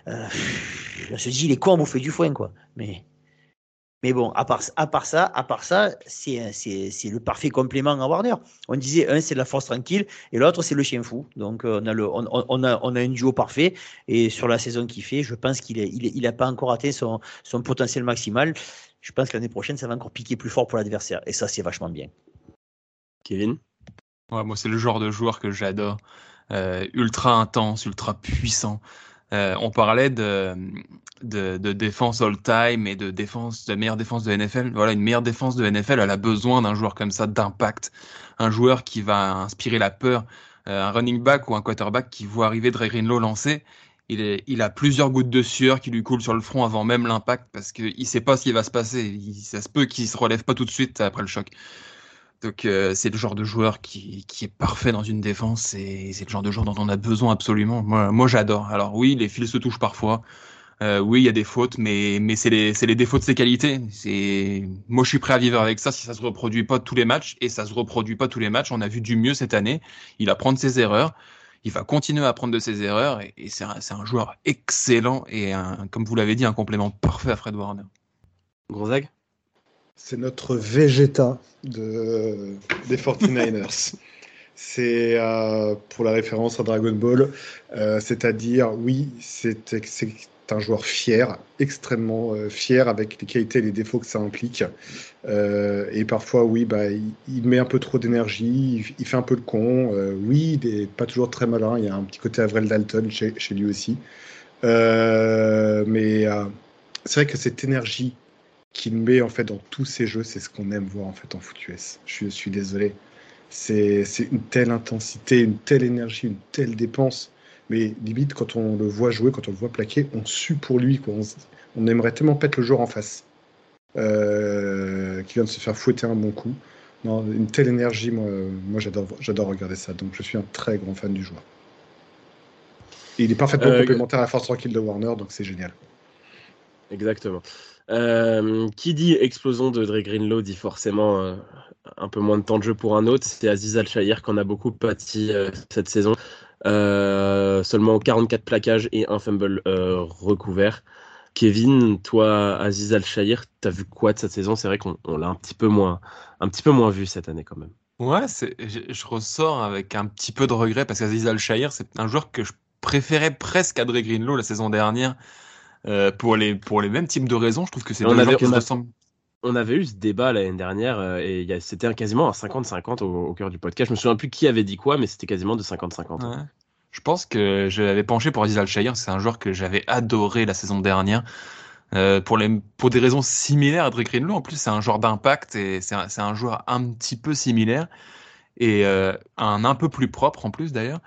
on se dit, il est con à bouffer du foin, quoi. Mais bon, à part ça, c'est le parfait complément à Warner. On disait, un, c'est la force tranquille, et l'autre, c'est le chien fou. Donc, on a un duo parfait. Et sur la saison qu'il fait, je pense qu'il a pas encore atteint son potentiel maximal. Je pense que l'année prochaine, ça va encore piquer plus fort pour l'adversaire. Et ça, c'est vachement bien. Kevin? Ouais, moi, c'est le genre de joueur que j'adore. Ultra intense, ultra puissant. On parlait de défense all-time et de meilleure défense de NFL. Voilà, une meilleure défense de NFL, elle a besoin d'un joueur comme ça, d'impact. Un joueur qui va inspirer la peur. un running back ou un quarterback qui voit arriver Dre Greenlaw lancé, il a plusieurs gouttes de sueur qui lui coulent sur le front avant même l'impact parce qu'il sait pas ce qui va se passer. Ça se peut qu'il se relève pas tout de suite après le choc. Donc c'est le genre de joueur qui est parfait dans une défense et c'est le genre de joueur dont on a besoin absolument. Moi j'adore. Alors oui, les fils se touchent parfois. Oui, il y a des fautes, mais c'est les défauts de ses qualités. Moi je suis prêt à vivre avec ça si ça se reproduit pas tous les matchs et ça se reproduit pas tous les matchs. On a vu du mieux cette année. Il apprend de ses erreurs. Il va continuer à apprendre de ses erreurs et c'est un joueur excellent et comme vous l'avez dit, un complément parfait à Fred Warner. Gonzague ? C'est notre Vegeta des 49ers. C'est pour la référence à Dragon Ball, c'est-à-dire, oui, c'est un joueur fier, extrêmement fier avec les qualités et les défauts que ça implique. Et parfois, oui, il met un peu trop d'énergie, il fait un peu le con. Oui, il n'est pas toujours très malin, il y a un petit côté Avril Dalton chez lui aussi. Mais c'est vrai que cette énergie qu'il met en fait dans tous ses jeux, c'est ce qu'on aime voir en fait en foot US. Je suis désolé. C'est une telle intensité, une telle énergie, une telle dépense. Mais limite, quand on le voit jouer, quand on le voit plaquer, on sue pour lui, quoi. On aimerait tellement pète le joueur en face qui vient de se faire fouetter un bon coup. Non, une telle énergie, moi j'adore regarder ça. Donc je suis un très grand fan du joueur. Et il est parfaitement complémentaire à la force tranquille de Warner, donc c'est génial. Exactement. Qui dit explosion de Dre Greenlaw dit forcément un peu moins de temps de jeu pour un autre. C'est Aziz Al-Shaair qu'on a beaucoup pâti cette saison. Seulement 44 plaquages et un fumble recouvert. Kevin, toi, Aziz Al-Shaair, t'as vu quoi de cette saison? C'est vrai qu'on l'a un petit peu moins vu cette année quand même. Ouais, je ressors avec un petit peu de regret parce qu'Aziz Al-Shaair, c'est un joueur que je préférais presque à Dre Greenlaw la saison dernière pour les mêmes types de raisons. Je trouve que c'est deux joueurs qui se ressemblent. On avait eu ce débat l'année dernière et c'était quasiment un 50-50 au cœur du podcast. Je me souviens plus qui avait dit quoi, mais c'était quasiment de 50-50. Ouais. Je pense que je l'avais penché pour Aziz Al-Shaair. C'est un joueur que j'avais adoré la saison dernière pour des raisons similaires à Dre Greenlaw. En plus, c'est un joueur d'impact et c'est un joueur un petit peu similaire et un peu plus propre en plus d'ailleurs.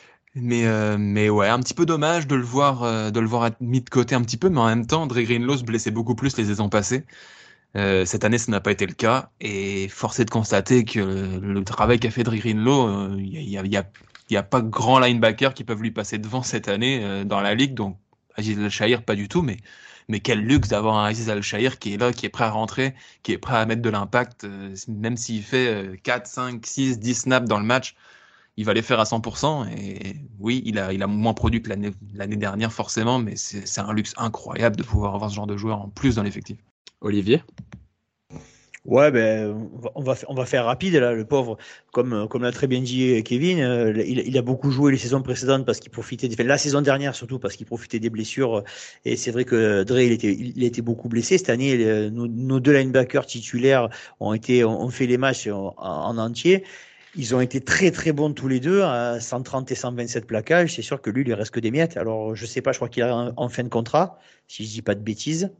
Mais ouais, un petit peu dommage de le voir être mis de côté un petit peu, mais en même temps, Dre Greenlaw se blessait beaucoup plus les saisons passées. Cette année, ça n'a pas été le cas, et force est de constater que le travail qu'a fait Dre Greenlaw, il y a pas grand linebacker qui peuvent lui passer devant cette année dans la ligue, donc Aziz Al-Shaair pas du tout, mais quel luxe d'avoir un Aziz Al-Shaair qui est là, qui est prêt à rentrer, qui est prêt à mettre de l'impact, même s'il fait 4, 5, 6, 10 snaps dans le match. Il va les faire à 100%. Et oui, il a moins produit que l'année dernière, forcément, mais c'est un luxe incroyable de pouvoir avoir ce genre de joueur en plus dans l'effectif. Olivier ? Ouais, on va faire rapide là, le pauvre, comme l'a très bien dit Kevin, il a beaucoup joué les saisons précédentes parce qu'il profitait, la saison dernière surtout parce qu'il profitait des blessures. Et c'est vrai que Dre il était beaucoup blessé cette année. Nos deux linebackers titulaires ont fait les matchs en entier. Ils ont été très très bons tous les deux, à 130 et 127 plaquages. C'est sûr que lui, il lui reste que des miettes. Alors je sais pas, je crois qu'il a en fin de contrat, si je dis pas de bêtises.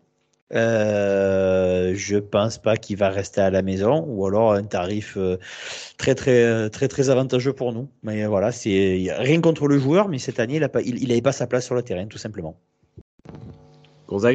Je pense pas qu'il va rester à la maison ou alors un tarif très très très très avantageux pour nous. Mais voilà, c'est rien contre le joueur, mais cette année il avait pas sa place sur le terrain tout simplement. Gonzague ?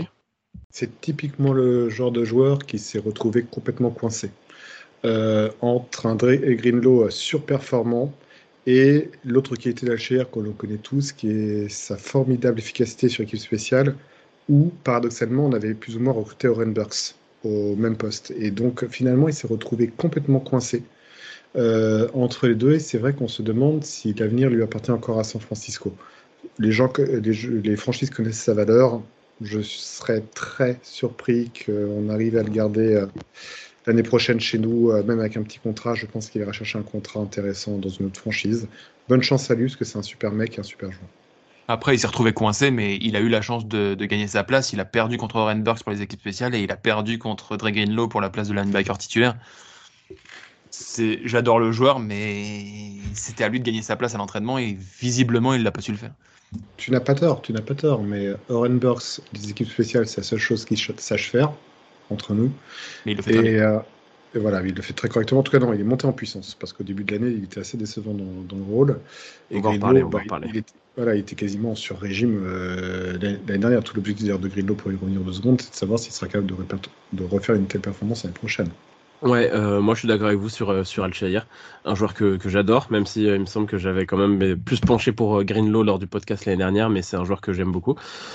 C'est typiquement le genre de joueur qui s'est retrouvé complètement coincé entre un Dre et Greenlaw surperformant et l'autre qui était l'Al-Shaair qu'on connaît tous, qui est sa formidable efficacité sur l'équipe spéciale, où paradoxalement on avait plus ou moins recruté Oren Burks au même poste. Et donc finalement il s'est retrouvé complètement coincé entre les deux, et c'est vrai qu'on se demande si l'avenir lui appartient encore à San Francisco. Les franchises connaissent sa valeur. Je serais très surpris qu'on arrive à le garder l'année prochaine chez nous, même avec un petit contrat. Je pense qu'il ira chercher un contrat intéressant dans une autre franchise. Bonne chance à lui, parce que c'est un super mec et un super joueur. Après, il s'est retrouvé coincé, mais il a eu la chance de gagner sa place. Il a perdu contre Oren Burks pour les équipes spéciales et il a perdu contre Dre Greenlaw pour la place de linebacker titulaire. J'adore le joueur, mais c'était à lui de gagner sa place à l'entraînement et visiblement, il n'a pas su le faire. Tu n'as pas tort, mais Oren Burks, les équipes spéciales, c'est la seule chose qu'il sache faire entre nous. Mais il le fait très bien. Et voilà, il le fait très correctement. En tout cas, non, il est monté en puissance parce qu'au début de l'année, il était assez décevant dans le rôle. Et On va en Greenlow, reparler, on va en reparler. il était quasiment sur régime l'année dernière. Tout l'objectif d'ailleurs de Greenlow, pour y revenir 2 secondes, c'est de savoir s'il sera capable de refaire une telle performance l'année prochaine. Ouais, moi je suis d'accord avec vous sur Al-Shahir, un joueur que j'adore, même si il me semble que j'avais quand même plus penché pour Greenlow lors du podcast l'année dernière, mais c'est un joueur que j'aime beaucoup.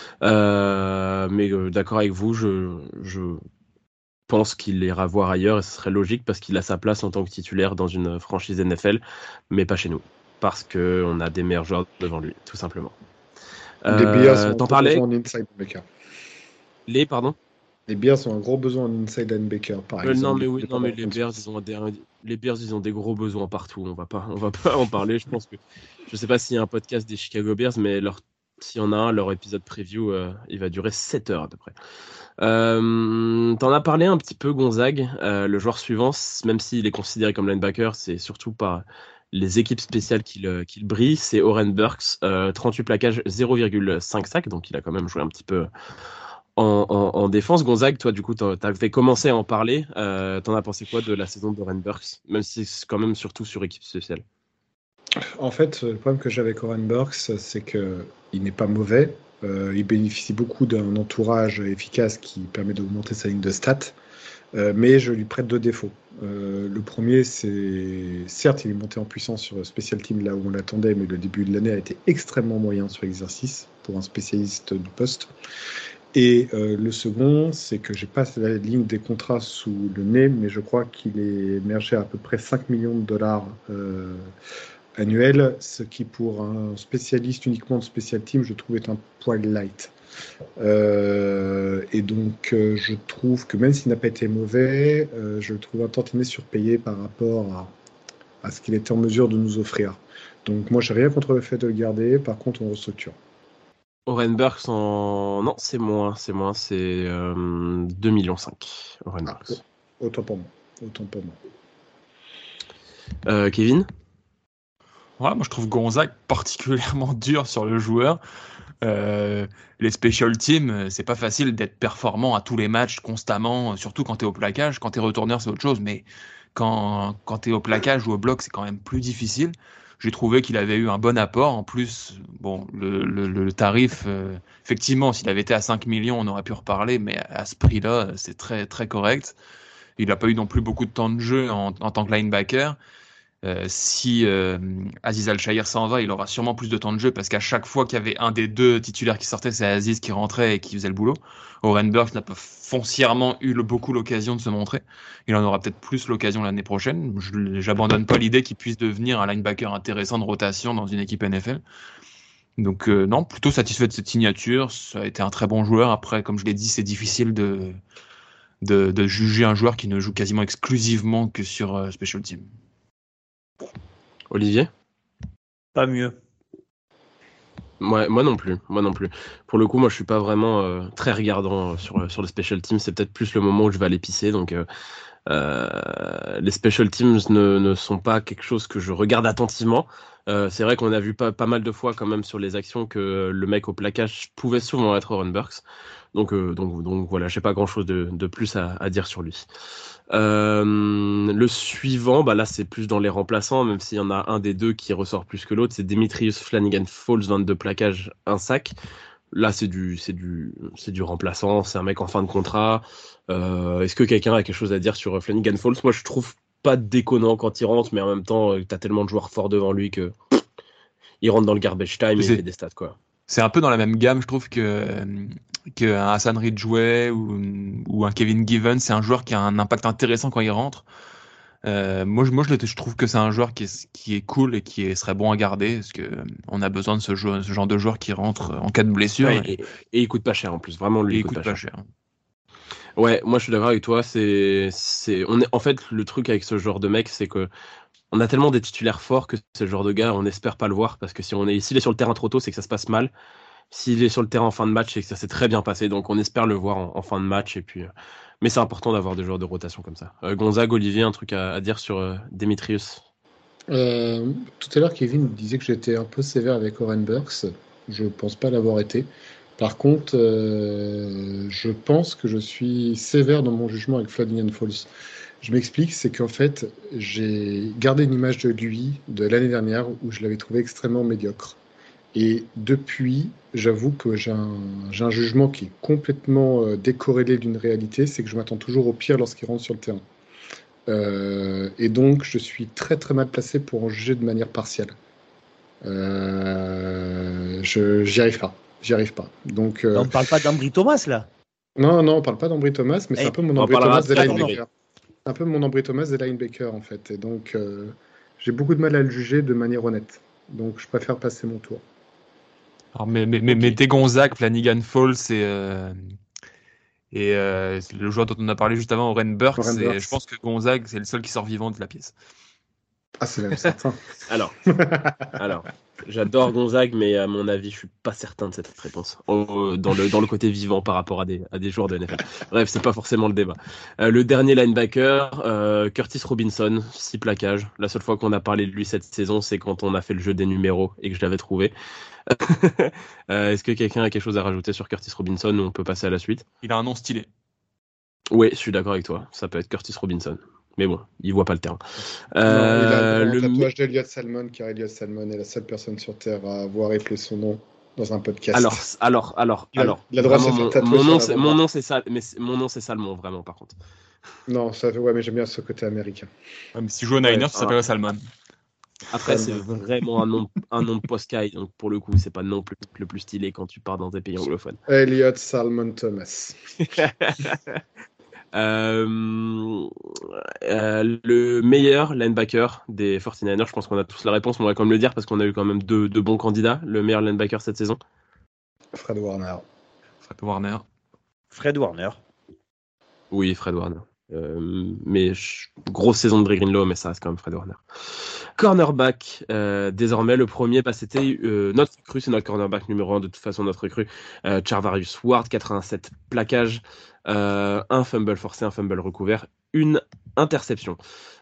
Mais d'accord avec vous, je pense qu'il ira voir ailleurs et ce serait logique parce qu'il a sa place en tant que titulaire dans une franchise NFL, mais pas chez nous, parce que on a des meilleurs joueurs devant lui, tout simplement. Les Bears ont un T'en gros parlais? besoin en inside linebacker. Pardon? Les Bears ont un gros besoin en inside linebacker, par Non exemple. mais oui, non mais les Bears ils ont des gros besoins partout. On va pas en parler. Je sais pas s'il y a un podcast des Chicago Bears, mais s'il y en a un, leur épisode preview, il va durer 7 heures à peu près. T'en as parlé un petit peu, Gonzague. Le joueur suivant, même s'il est considéré comme linebacker, c'est surtout par les équipes spéciales qu'il brille. C'est Oren Burks, 38 plaquages, 0,5 sacs, donc il a quand même joué un petit peu en défense. Gonzague, toi, du coup, t'avais commencé à en parler. T'en as pensé quoi de la saison d'Oren Burks, même si c'est quand même surtout sur équipe spéciale? En fait, le problème que j'ai avec Oren Burks, c'est qu'il n'est pas mauvais. Il bénéficie beaucoup d'un entourage efficace qui permet d'augmenter sa ligne de stats. Mais je lui prête 2 défauts. Le premier, c'est certes, il est monté en puissance sur Special Team là où on l'attendait, mais le début de l'année a été extrêmement moyen sur l'exercice pour un spécialiste du poste. Et le second, c'est que j'ai pas la ligne des contrats sous le nez, mais je crois qu'il est émergé à peu près 5 millions de dollars annuels, ce qui pour un spécialiste uniquement de Special Team, je trouve est un poil light. Et donc, je trouve que même s'il n'a pas été mauvais, je le trouve un tantinet surpayé par rapport à ce qu'il était en mesure de nous offrir. Donc, moi, j'ai rien contre le fait de le garder. Par contre, on restructure. Oren Burks Non, c'est moins, c'est 2,5 millions, Oren Burks. Autant pour moi. Autant pour moi. Kevin? Ouais, moi je trouve Gonzague particulièrement dur sur le joueur. Les special teams, c'est pas facile d'être performant à tous les matchs constamment, surtout quand t'es au plaquage. Quand t'es retourneur, c'est autre chose, mais quand t'es au plaquage ou au bloc, c'est quand même plus difficile. J'ai trouvé qu'il avait eu un bon apport. En plus, bon, le tarif, effectivement, s'il avait été à 5 millions, on aurait pu reparler, mais à ce prix-là, c'est très, très correct. Il n'a pas eu non plus beaucoup de temps de jeu en tant que linebacker. Si Aziz Al-Shahir s'en va, il aura sûrement plus de temps de jeu parce qu'à chaque fois qu'il y avait un des deux titulaires qui sortait, c'est Aziz qui rentrait et qui faisait le boulot. Oren Burks n'a pas foncièrement eu beaucoup l'occasion de se montrer. Il en aura peut-être plus l'occasion l'année prochaine. J'abandonne pas l'idée qu'il puisse devenir un linebacker intéressant de rotation dans une équipe NFL. Donc non, plutôt satisfait de cette signature. Ça a été un très bon joueur. Après, comme je l'ai dit, c'est difficile de juger un joueur qui ne joue quasiment exclusivement que sur Special Team. Olivier? Pas mieux. Moi non plus. Pour le coup, moi je suis pas vraiment très regardant sur le special teams. C'est peut-être plus le moment où je vais aller pisser. Donc les special teams ne sont pas quelque chose que je regarde attentivement. C'est vrai qu'on a vu pas mal de fois quand même sur les actions que le mec au plaquage pouvait souvent être Oren Burks. Donc voilà, j'ai pas grand-chose de plus à dire sur lui. Le suivant, bah là c'est plus dans les remplaçants, même s'il y en a un des deux qui ressort plus que l'autre, c'est Demetrius Flanagan-Falls, 22 plaquages, 1 sac. Là c'est du remplaçant, c'est un mec en fin de contrat. Est-ce que quelqu'un a quelque chose à dire sur Flanagan-Falls? Moi je trouve pas déconnant quand il rentre, mais en même temps t'as tellement de joueurs forts devant lui que il rentre dans le garbage time et il fait des stats quoi. C'est un peu dans la même gamme, je trouve, que un Hassan Ridgeway ou un Kevin Given. C'est un joueur qui a un impact intéressant quand il rentre. Je trouve que c'est un joueur qui est cool et qui serait bon à garder parce que on a besoin de ce genre de joueur qui rentre en cas de blessure. Ouais, et il coûte pas cher en plus, vraiment lui. Il coûte pas cher. Ouais, moi je suis d'accord avec toi. En fait, le truc avec ce genre de mec, c'est que on a tellement des titulaires forts que ce genre de gars, on n'espère pas le voir parce que s'il est sur le terrain trop tôt, c'est que ça se passe mal. S'il est sur le terrain en fin de match, c'est que ça s'est très bien passé. Donc on espère le voir en fin de match. Et puis, mais c'est important d'avoir des joueurs de rotation comme ça. Gonzague, Olivier, un truc à dire sur Demetrius? Tout à l'heure, Kevin disait que j'étais un peu sévère avec Oren Burks. Je pense pas l'avoir été. Par contre, je pense que je suis sévère dans mon jugement avec Flanagan Falls. Je m'explique, c'est qu'en fait, j'ai gardé une image de lui de l'année dernière où je l'avais trouvé extrêmement médiocre. Et depuis, j'avoue que j'ai un jugement qui est complètement décorrélé d'une réalité, c'est que je m'attends toujours au pire lorsqu'il rentre sur le terrain. Et donc, je suis très très mal placé pour en juger de manière partielle. J'y arrive pas. J'y arrive pas. Donc, On ne parle pas d'Ambry Thomas, là. non, on parle pas d'Ambry Thomas, mais c'est un peu mon Ambry Thomas des après, linebackers. Un peu mon Ambry Thomas des linebackers, en fait. Et donc, j'ai beaucoup de mal à le juger de manière honnête. Donc, je préfère passer mon tour. Alors, mettez Gonzague, Flanagan Falls et le joueur dont on a parlé juste avant, Oren Burks. Oren Burks. Je pense que Gonzague, c'est le seul qui sort vivant de la pièce. Ah, c'est même certain. Alors, j'adore Gonzague, mais à mon avis, je suis pas certain de cette réponse. Dans le côté vivant par rapport à des joueurs de NFL. Bref, c'est pas forcément le débat. Le dernier linebacker, Curtis Robinson, 6 plaquages. La seule fois qu'on a parlé de lui cette saison, c'est quand on a fait le jeu des numéros et que je l'avais trouvé. Est-ce que quelqu'un a quelque chose à rajouter sur Curtis Robinson ou on peut passer à la suite? Il a un nom stylé. Oui, je suis d'accord avec toi. Ça peut être Curtis Robinson. Mais bon, il voit pas le terrain. Non, il a le tatouage d'Elliott Salmon, car Elliott Salmon est la seule personne sur Terre à avoir écrit son nom dans un podcast. Alors. Il a le droit de se faire tatouer mon nom c'est ça, mais mon nom c'est Salmon vraiment par contre. Non, ça, ouais, mais j'aime bien ce côté américain. Même si tu joues au Niners, ça s'appelle Salmon. Après, c'est vraiment un nom de post-Kai, donc pour le coup, c'est pas non plus le plus stylé quand tu pars dans des pays anglophones. Elliott Salmon Thomas. Le meilleur linebacker des 49ers, je pense qu'on a tous la réponse, mais on va quand même le dire parce qu'on a eu quand même deux bons candidats. Le meilleur linebacker cette saison? Fred Warner. Oui, Fred Warner. Mais grosse saison de Dre Greenlaw, mais ça reste quand même Fred Warner. Cornerback, désormais le premier, c'était notre recrue, c'est notre cornerback numéro 1 de toute façon, notre recrue, Charvarius Ward, 87 plaquages, un fumble forcé, un fumble recouvert, une interception.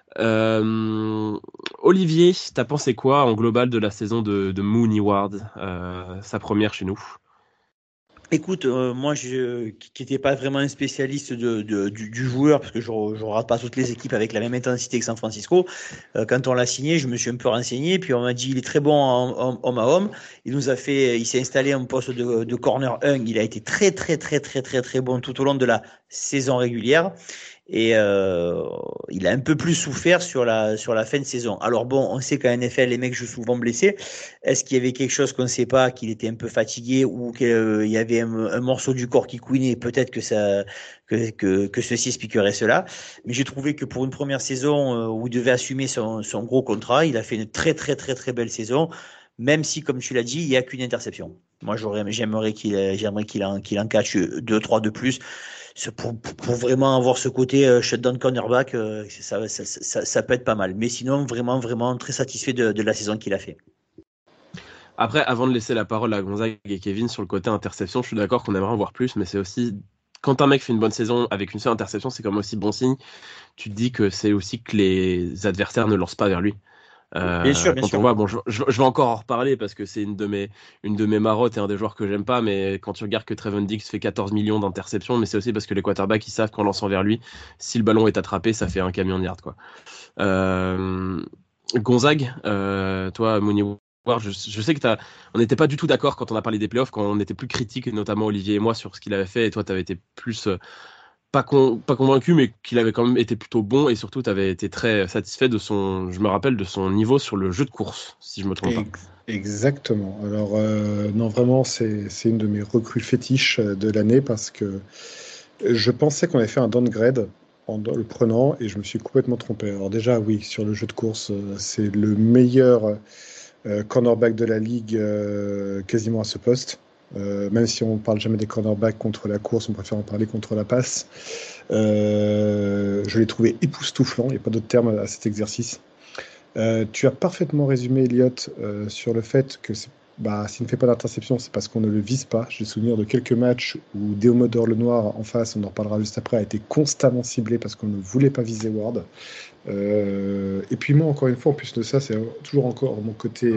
Olivier, t'as pensé quoi en global de la saison de Mooney Ward, sa première chez nous? Écoute, moi, qui n'étais pas vraiment un spécialiste du joueur, parce que je ne regarde pas toutes les équipes avec la même intensité que San Francisco, quand on l'a signé, je me suis un peu renseigné, puis on m'a dit il est très bon en homme à homme. Il s'est installé en poste de corner 1. Il a été très, très, très, très, très, très bon tout au long de la saison régulière. Et il a un peu plus souffert sur la fin de saison. Alors bon, on sait qu'en NFL, les mecs jouent souvent blessés. Est-ce qu'il y avait quelque chose qu'on ne sait pas, qu'il était un peu fatigué ou qu'il y avait un morceau du corps qui couinait? Peut-être que ceci expliquerait cela. Mais j'ai trouvé que pour une première saison où il devait assumer son gros contrat, il a fait une très très très très belle saison. Même si, comme tu l'as dit, il n'y a qu'une interception. Moi, j'aimerais qu'il en catche 2-3 de plus. Pour vraiment avoir ce côté shutdown cornerback, ça peut être pas mal. Mais sinon, vraiment, vraiment très satisfait de la saison qu'il a fait. Après, avant de laisser la parole à Gonzague et Kevin sur le côté interception, je suis d'accord qu'on aimerait en voir plus, mais c'est aussi, quand un mec fait une bonne saison avec une seule interception, c'est comme aussi bon signe. Tu te dis que c'est aussi que les adversaires ne lancent pas vers lui. Bien sûr. On voit, bon, je vais encore en reparler parce que c'est une de mes marottes et un des joueurs que j'aime pas, mais quand tu regardes que Trevon Diggs fait 14 millions d'interceptions, mais c'est aussi parce que les quarterbacks ils savent qu'en lançant vers lui, si le ballon est attrapé, ça fait un camion de yard, quoi. Gonzague, toi, Mooney Ward, je sais que on n'était pas du tout d'accord quand on a parlé des playoffs, quand on était plus critique, notamment Olivier et moi, sur ce qu'il avait fait, et toi, tu avais été plus pas convaincu, mais qu'il avait quand même été plutôt bon, et surtout, tu avais été très satisfait je me rappelle, de son niveau sur le jeu de course, si je me trompe pas. Exactement. Alors, non, vraiment, c'est une de mes recrues fétiches de l'année, parce que je pensais qu'on avait fait un downgrade en le prenant, et je me suis complètement trompé. Alors déjà, oui, sur le jeu de course, c'est le meilleur cornerback de la ligue quasiment à ce poste. Même si on ne parle jamais des cornerbacks contre la course, on préfère en parler contre la passe. Je l'ai trouvé époustouflant, il n'y a pas d'autre terme à cet exercice. Tu as parfaitement résumé, Elliott, sur le fait que s'il ne fait pas d'interception, c'est parce qu'on ne le vise pas. J'ai le souvenir de quelques matchs où Déomodore Lenoir, en face, on en reparlera juste après, a été constamment ciblé parce qu'on ne voulait pas viser Ward. Et puis moi, encore une fois, en plus de ça, c'est toujours encore mon côté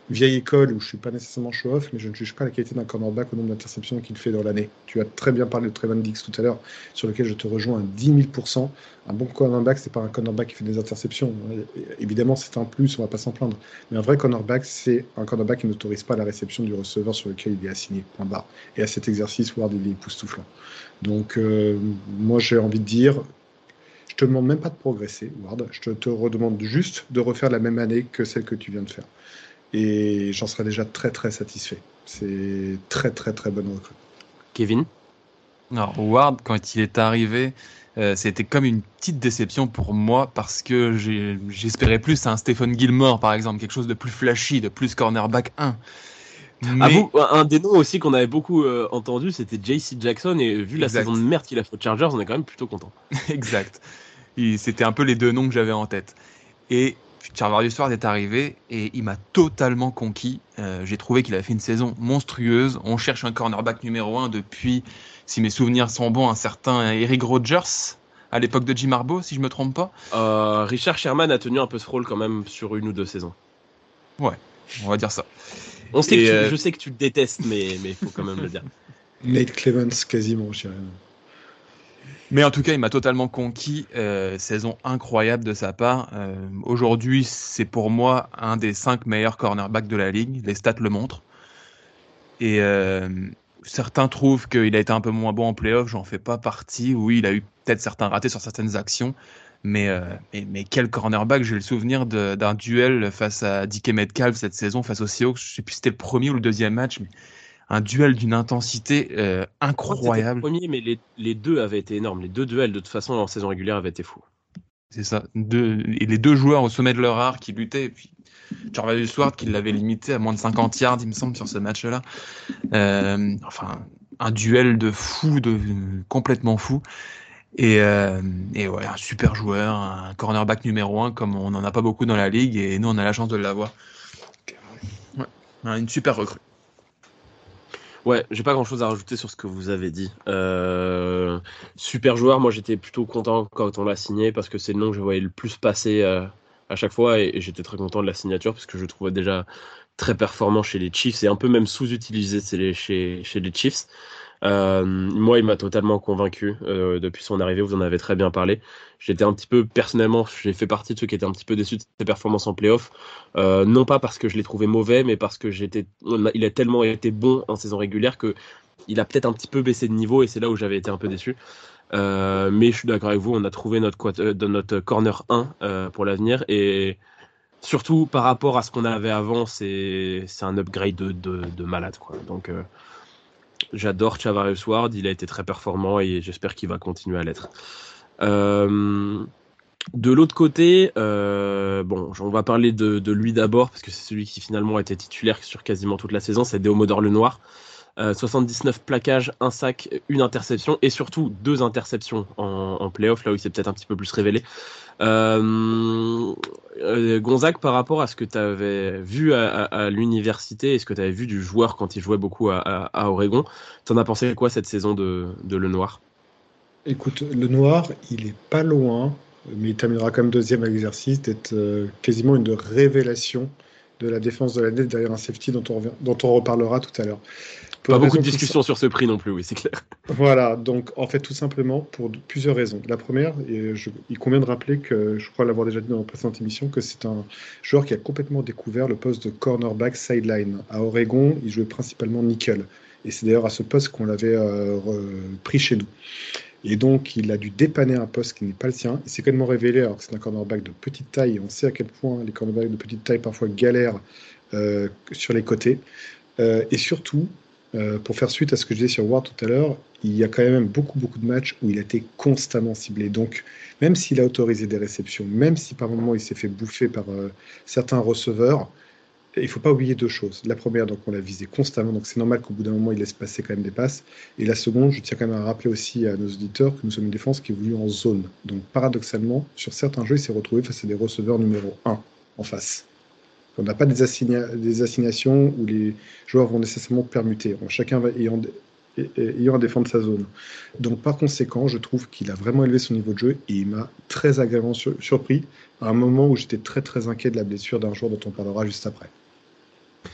vieille école où je suis pas nécessairement show-off, mais je ne juge pas la qualité d'un cornerback au nombre d'interceptions qu'il fait dans l'année. Tu as très bien parlé de Trevon Diggs tout à l'heure, sur lequel je te rejoins à 10 000%. Un bon cornerback, c'est pas un cornerback qui fait des interceptions. Évidemment, c'est un plus, on va pas s'en plaindre. Mais un vrai cornerback, c'est un cornerback qui n'autorise pas la réception du receveur sur lequel il est assigné. Point barre. Et à cet exercice, Ward, il est époustouflant. Donc, moi, j'ai envie de dire, je te demande même pas de progresser, Ward. Je te redemande juste de refaire la même année que celle que tu viens de faire. Et j'en serais déjà très très satisfait. C'est très très très bonne recrue. Kevin? Alors, Ward, quand il est arrivé, c'était comme une petite déception pour moi parce que j'espérais plus un Stephen Gilmore, par exemple, quelque chose de plus flashy, de plus cornerback 1. Mais... un des noms aussi qu'on avait beaucoup entendu, c'était JC Jackson, et vu la saison de merde qu'il a fait aux Chargers, on est quand même plutôt content. Exact. C'était un peu les deux noms que j'avais en tête. Et Charvarius Ward est arrivé et il m'a totalement conquis. J'ai trouvé qu'il avait fait une saison monstrueuse. On cherche un cornerback numéro 1 depuis, si mes souvenirs sont bons, un certain Eric Rodgers, à l'époque de Jim Harbaugh, si je me trompe pas. Richard Sherman a tenu un peu ce rôle quand même sur une ou deux saisons. Ouais, on va dire ça. Je sais que tu le détestes, mais il faut quand même le dire. Nate Clements, quasiment, je dirais. Mais en tout cas, il m'a totalement conquis. Saison incroyable de sa part. Aujourd'hui, c'est pour moi un des 5 meilleurs cornerbacks de la ligue. Les stats le montrent. Et certains trouvent qu'il a été un peu moins bon en playoff. J'en fais pas partie. Oui, il a eu peut-être certains ratés sur certaines actions. Mais quel cornerback. J'ai le souvenir d'un duel face à DK Metcalf cette saison, face aux Seahawks. Je sais plus si c'était le premier ou le deuxième match. Mais un duel d'une intensité incroyable. C'était le premier, mais les deux avaient été énormes. Les deux duels, de toute façon, en saison régulière, avaient été fous. C'est ça. Et les deux joueurs au sommet de leur art qui luttaient. Et puis, Charvarius Ward qui l'avait limité à moins de 50 yards, il me semble, sur ce match-là. Enfin, un duel de fou, complètement fou. Et ouais, un super joueur, un cornerback numéro 1, comme on n'en a pas beaucoup dans la ligue. Et nous, on a la chance de l'avoir. Ouais, une super recrue. Ouais, j'ai pas grand chose à rajouter sur ce que vous avez dit. Super joueur, moi j'étais plutôt content quand on l'a signé parce que c'est le nom que je voyais le plus passer à chaque fois et j'étais très content de la signature parce que je le trouvais déjà très performant chez les Chiefs et un peu même sous-utilisé chez les Chiefs. Moi, il m'a totalement convaincu depuis son arrivée, vous en avez très bien parlé. J'étais un petit peu, personnellement, j'ai fait partie de ceux qui étaient un petit peu déçus de ses performances en play-off. Non pas parce que je l'ai trouvé mauvais, mais parce que il a tellement été bon en saison régulière que il a peut-être un petit peu baissé de niveau et c'est là où j'avais été un peu déçu. Mais je suis d'accord avec vous, on a trouvé notre corner 1 pour l'avenir et surtout par rapport à ce qu'on avait avant, c'est un upgrade de malade, quoi. Donc j'adore Charvarius Ward, il a été très performant et j'espère qu'il va continuer à l'être. De l'autre côté, on va parler de lui d'abord parce que c'est celui qui finalement a été titulaire sur quasiment toute la saison, c'est Deomodor Lenoir. 79 plaquages, 1 sac, 1 interception et surtout 2 interceptions en playoff, là où il s'est peut-être un petit peu plus révélé. Gonzague, par rapport à ce que tu avais vu à l'université et ce que tu avais vu du joueur quand il jouait beaucoup à Oregon, t'en as pensé quoi cette saison de Lenoir? Écoute, Lenoir, il est pas loin, mais il terminera quand même deuxième à l'exercice, d'être quasiment une révélation de la défense de l'année derrière un safety dont on reparlera tout à l'heure. Pas beaucoup de discussions sur ce prix non plus, oui, c'est clair. Voilà, donc en fait, tout simplement pour plusieurs raisons. La première, il convient de rappeler que, je crois l'avoir déjà dit dans la précédente émission, que c'est un joueur qui a complètement découvert le poste de cornerback sideline. À Oregon, il jouait principalement nickel. Et c'est d'ailleurs à ce poste qu'on l'avait pris chez nous. Et donc, il a dû dépanner un poste qui n'est pas le sien. Il s'est quand même révélé, alors que c'est un cornerback de petite taille, et on sait à quel point les cornerbacks de petite taille parfois galèrent sur les côtés. Et surtout, pour faire suite à ce que je disais sur Ward tout à l'heure, il y a quand même beaucoup de matchs où il a été constamment ciblé. Donc, même s'il a autorisé des réceptions, même si par moments il s'est fait bouffer par certains receveurs, il ne faut pas oublier deux choses. La première, donc on l'a visé constamment, donc c'est normal qu'au bout d'un moment il laisse passer quand même des passes. Et la seconde, je tiens quand même à rappeler aussi à nos auditeurs que nous sommes une défense qui évolue en zone. Donc paradoxalement, sur certains jeux, il s'est retrouvé face à des receveurs numéro 1 en face. On n'a pas des assignations où les joueurs vont nécessairement permuter, chacun ayant à défendre sa zone. Donc par conséquent, je trouve qu'il a vraiment élevé son niveau de jeu et il m'a très agréablement surpris à un moment où j'étais très très inquiet de la blessure d'un joueur dont on parlera juste après.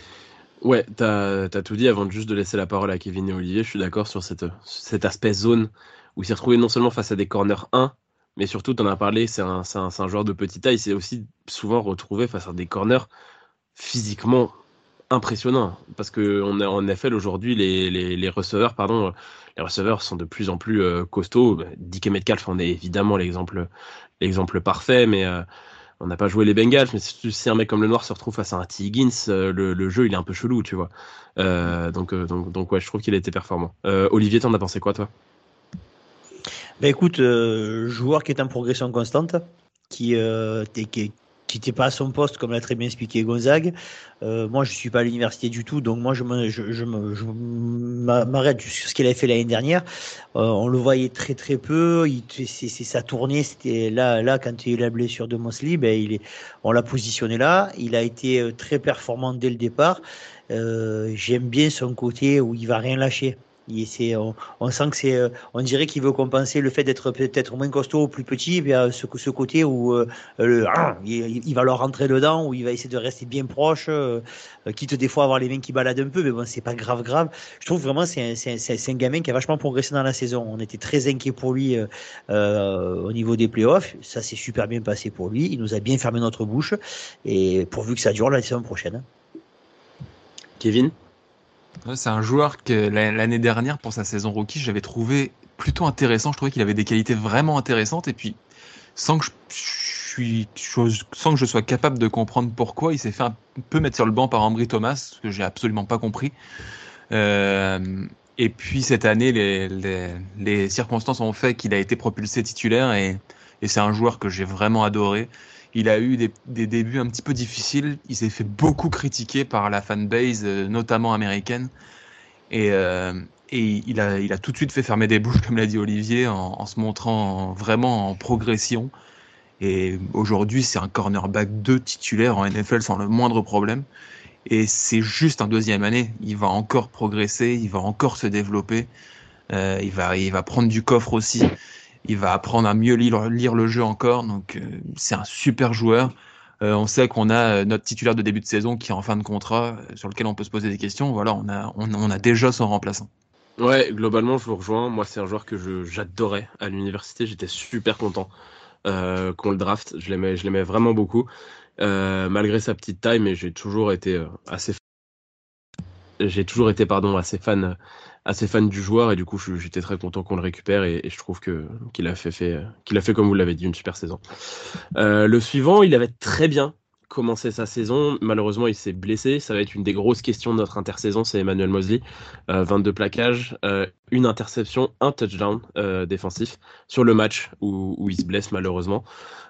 Ouais, t'as tout dit avant juste de laisser la parole à Kevin et Olivier. Je suis d'accord sur cet aspect zone où il s'est retrouvé non seulement face à des corners 1, mais surtout, t'en as parlé, c'est un joueur de petite taille. Il s'est aussi souvent retrouvé face à des corners physiquement impressionnants. Parce que on a en NFL aujourd'hui, les receveurs, les receveurs sont de plus en plus costauds. DK Metcalf en est évidemment l'exemple parfait, mais on n'a pas joué les Bengals, mais si un mec comme le Noir se retrouve face à un T. Higgins, le jeu il est un peu chelou, tu vois. Donc ouais, je trouve qu'il a été performant. Olivier, t'en as pensé quoi, toi? Ben écoute, joueur qui est en progression constante, qui qui n'était pas à son poste, comme l'a très bien expliqué Gonzague. Moi, je suis pas à l'université du tout, donc moi, je m'arrête sur ce qu'il avait fait l'année dernière. On le voyait très très peu. C'est sa tournée, c'était là quand il y a eu la blessure de Mosley, ben on l'a positionné là. Il a été très performant dès le départ. J'aime bien son côté où il va rien lâcher. On sent que on dirait qu'il veut compenser le fait d'être peut-être moins costaud ou plus petit, bien ce côté où il va leur rentrer dedans, où il va essayer de rester bien proche, quitte des fois à avoir les mains qui baladent un peu, mais bon, c'est pas grave. Je trouve vraiment c'est un gamin qui a vachement progressé dans la saison. On était très inquiets pour lui au niveau des playoffs. Ça s'est super bien passé pour lui. Il nous a bien fermé notre bouche, et pourvu que ça dure la saison prochaine. Kevin? Ouais, c'est un joueur que l'année dernière, pour sa saison rookie, j'avais trouvé plutôt intéressant. Je trouvais qu'il avait des qualités vraiment intéressantes. Et puis, sans que sans que je sois capable de comprendre pourquoi, il s'est fait un peu mettre sur le banc par Ambry Thomas, ce que j'ai absolument pas compris. Et puis cette année, les circonstances ont fait qu'il a été propulsé titulaire et c'est un joueur que j'ai vraiment adoré. Il a eu des débuts un petit peu difficiles. Il s'est fait beaucoup critiquer par la fanbase, notamment américaine. Et, euh, et il a tout de suite fait fermer des bouches, comme l'a dit Olivier, en se montrant vraiment en progression. Et aujourd'hui, c'est un cornerback 2 titulaire en NFL sans le moindre problème. Et c'est juste en deuxième année. Il va encore progresser, il va encore se développer. Il va prendre du coffre aussi. Il va apprendre à mieux lire le jeu encore. Donc, c'est un super joueur. On sait qu'on a notre titulaire de début de saison qui est en fin de contrat, sur lequel on peut se poser des questions. Voilà, on a déjà son remplaçant. Ouais, globalement, je vous rejoins. Moi, c'est un joueur que j'adorais à l'université. J'étais super content qu'on le draft. Je l'aimais vraiment beaucoup, malgré sa petite taille, mais j'ai toujours été assez fan du joueur et du coup, j'étais très content qu'on le récupère et je trouve qu'il a fait comme vous l'avez dit une super saison. Le suivant, il avait très bien commencé sa saison. Malheureusement, il s'est blessé. Ça va être une des grosses questions de notre intersaison. C'est Emmanuel Mosley. 22 plaquages, une interception, un touchdown défensif sur le match où il se blesse malheureusement.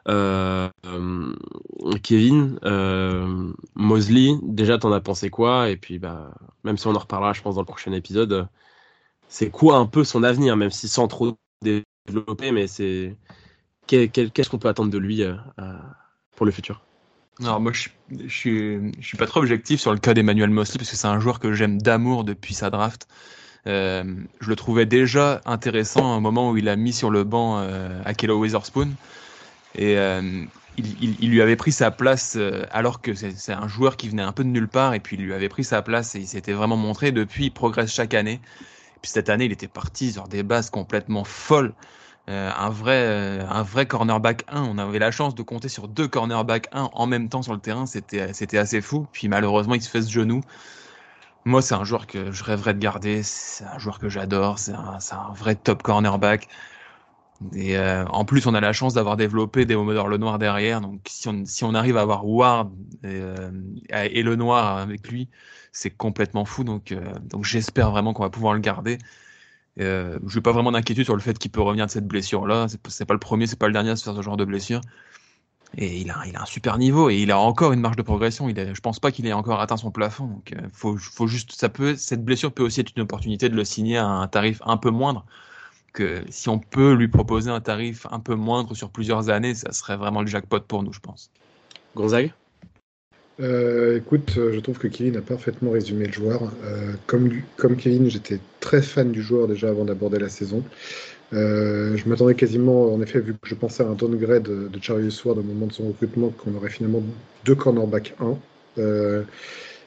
Kevin, Mosley, déjà, t'en as pensé quoi? Et puis, bah, même si on en reparlera, je pense, dans le prochain épisode, c'est quoi un peu son avenir, même si sans trop développer, mais qu'est-ce qu'on peut attendre de lui pour le futur? Alors moi, je suis pas trop objectif sur le cas d'Emmanuel Mosley parce que c'est un joueur que j'aime d'amour depuis sa draft. Je le trouvais déjà intéressant au moment où il a mis sur le banc Akello Witherspoon et il lui avait pris sa place alors que c'est un joueur qui venait un peu de nulle part et puis il lui avait pris sa place et il s'était vraiment montré. Depuis, il progresse chaque année. Et puis cette année, il était parti sur des bases complètement folles. Un vrai cornerback 1. On avait la chance de compter sur 2 cornerbacks 1 en même temps sur le terrain. C'était assez fou. Puis malheureusement, il se fait ce genou. Moi, c'est un joueur que je rêverais de garder. C'est un joueur que j'adore. C'est un vrai top cornerback. Et en plus, on a la chance d'avoir développé des Momodor Lenoir derrière. Donc, si on arrive à avoir Ward et Lenoir avec lui, c'est complètement fou. Donc j'espère vraiment qu'on va pouvoir le garder. Je n'ai pas vraiment d'inquiétude sur le fait qu'il peut revenir de cette blessure-là. C'est pas le premier, c'est pas le dernier à se faire ce genre de blessure. Et il a un super niveau et il a encore une marge de progression. Je pense pas qu'il ait encore atteint son plafond. Donc, faut juste, cette blessure peut aussi être une opportunité de le signer à un tarif un peu moindre. Que si on peut lui proposer un tarif un peu moindre sur plusieurs années, ça serait vraiment le jackpot pour nous, je pense. Gonzague? Écoute, je trouve que Kevin a parfaitement résumé le joueur. Comme Kevin, j'étais très fan du joueur déjà avant d'aborder la saison. Je m'attendais quasiment, en effet, vu que je pensais à un downgrade de Charlie Ward au moment de son recrutement, qu'on aurait finalement 2 cornerbacks 1.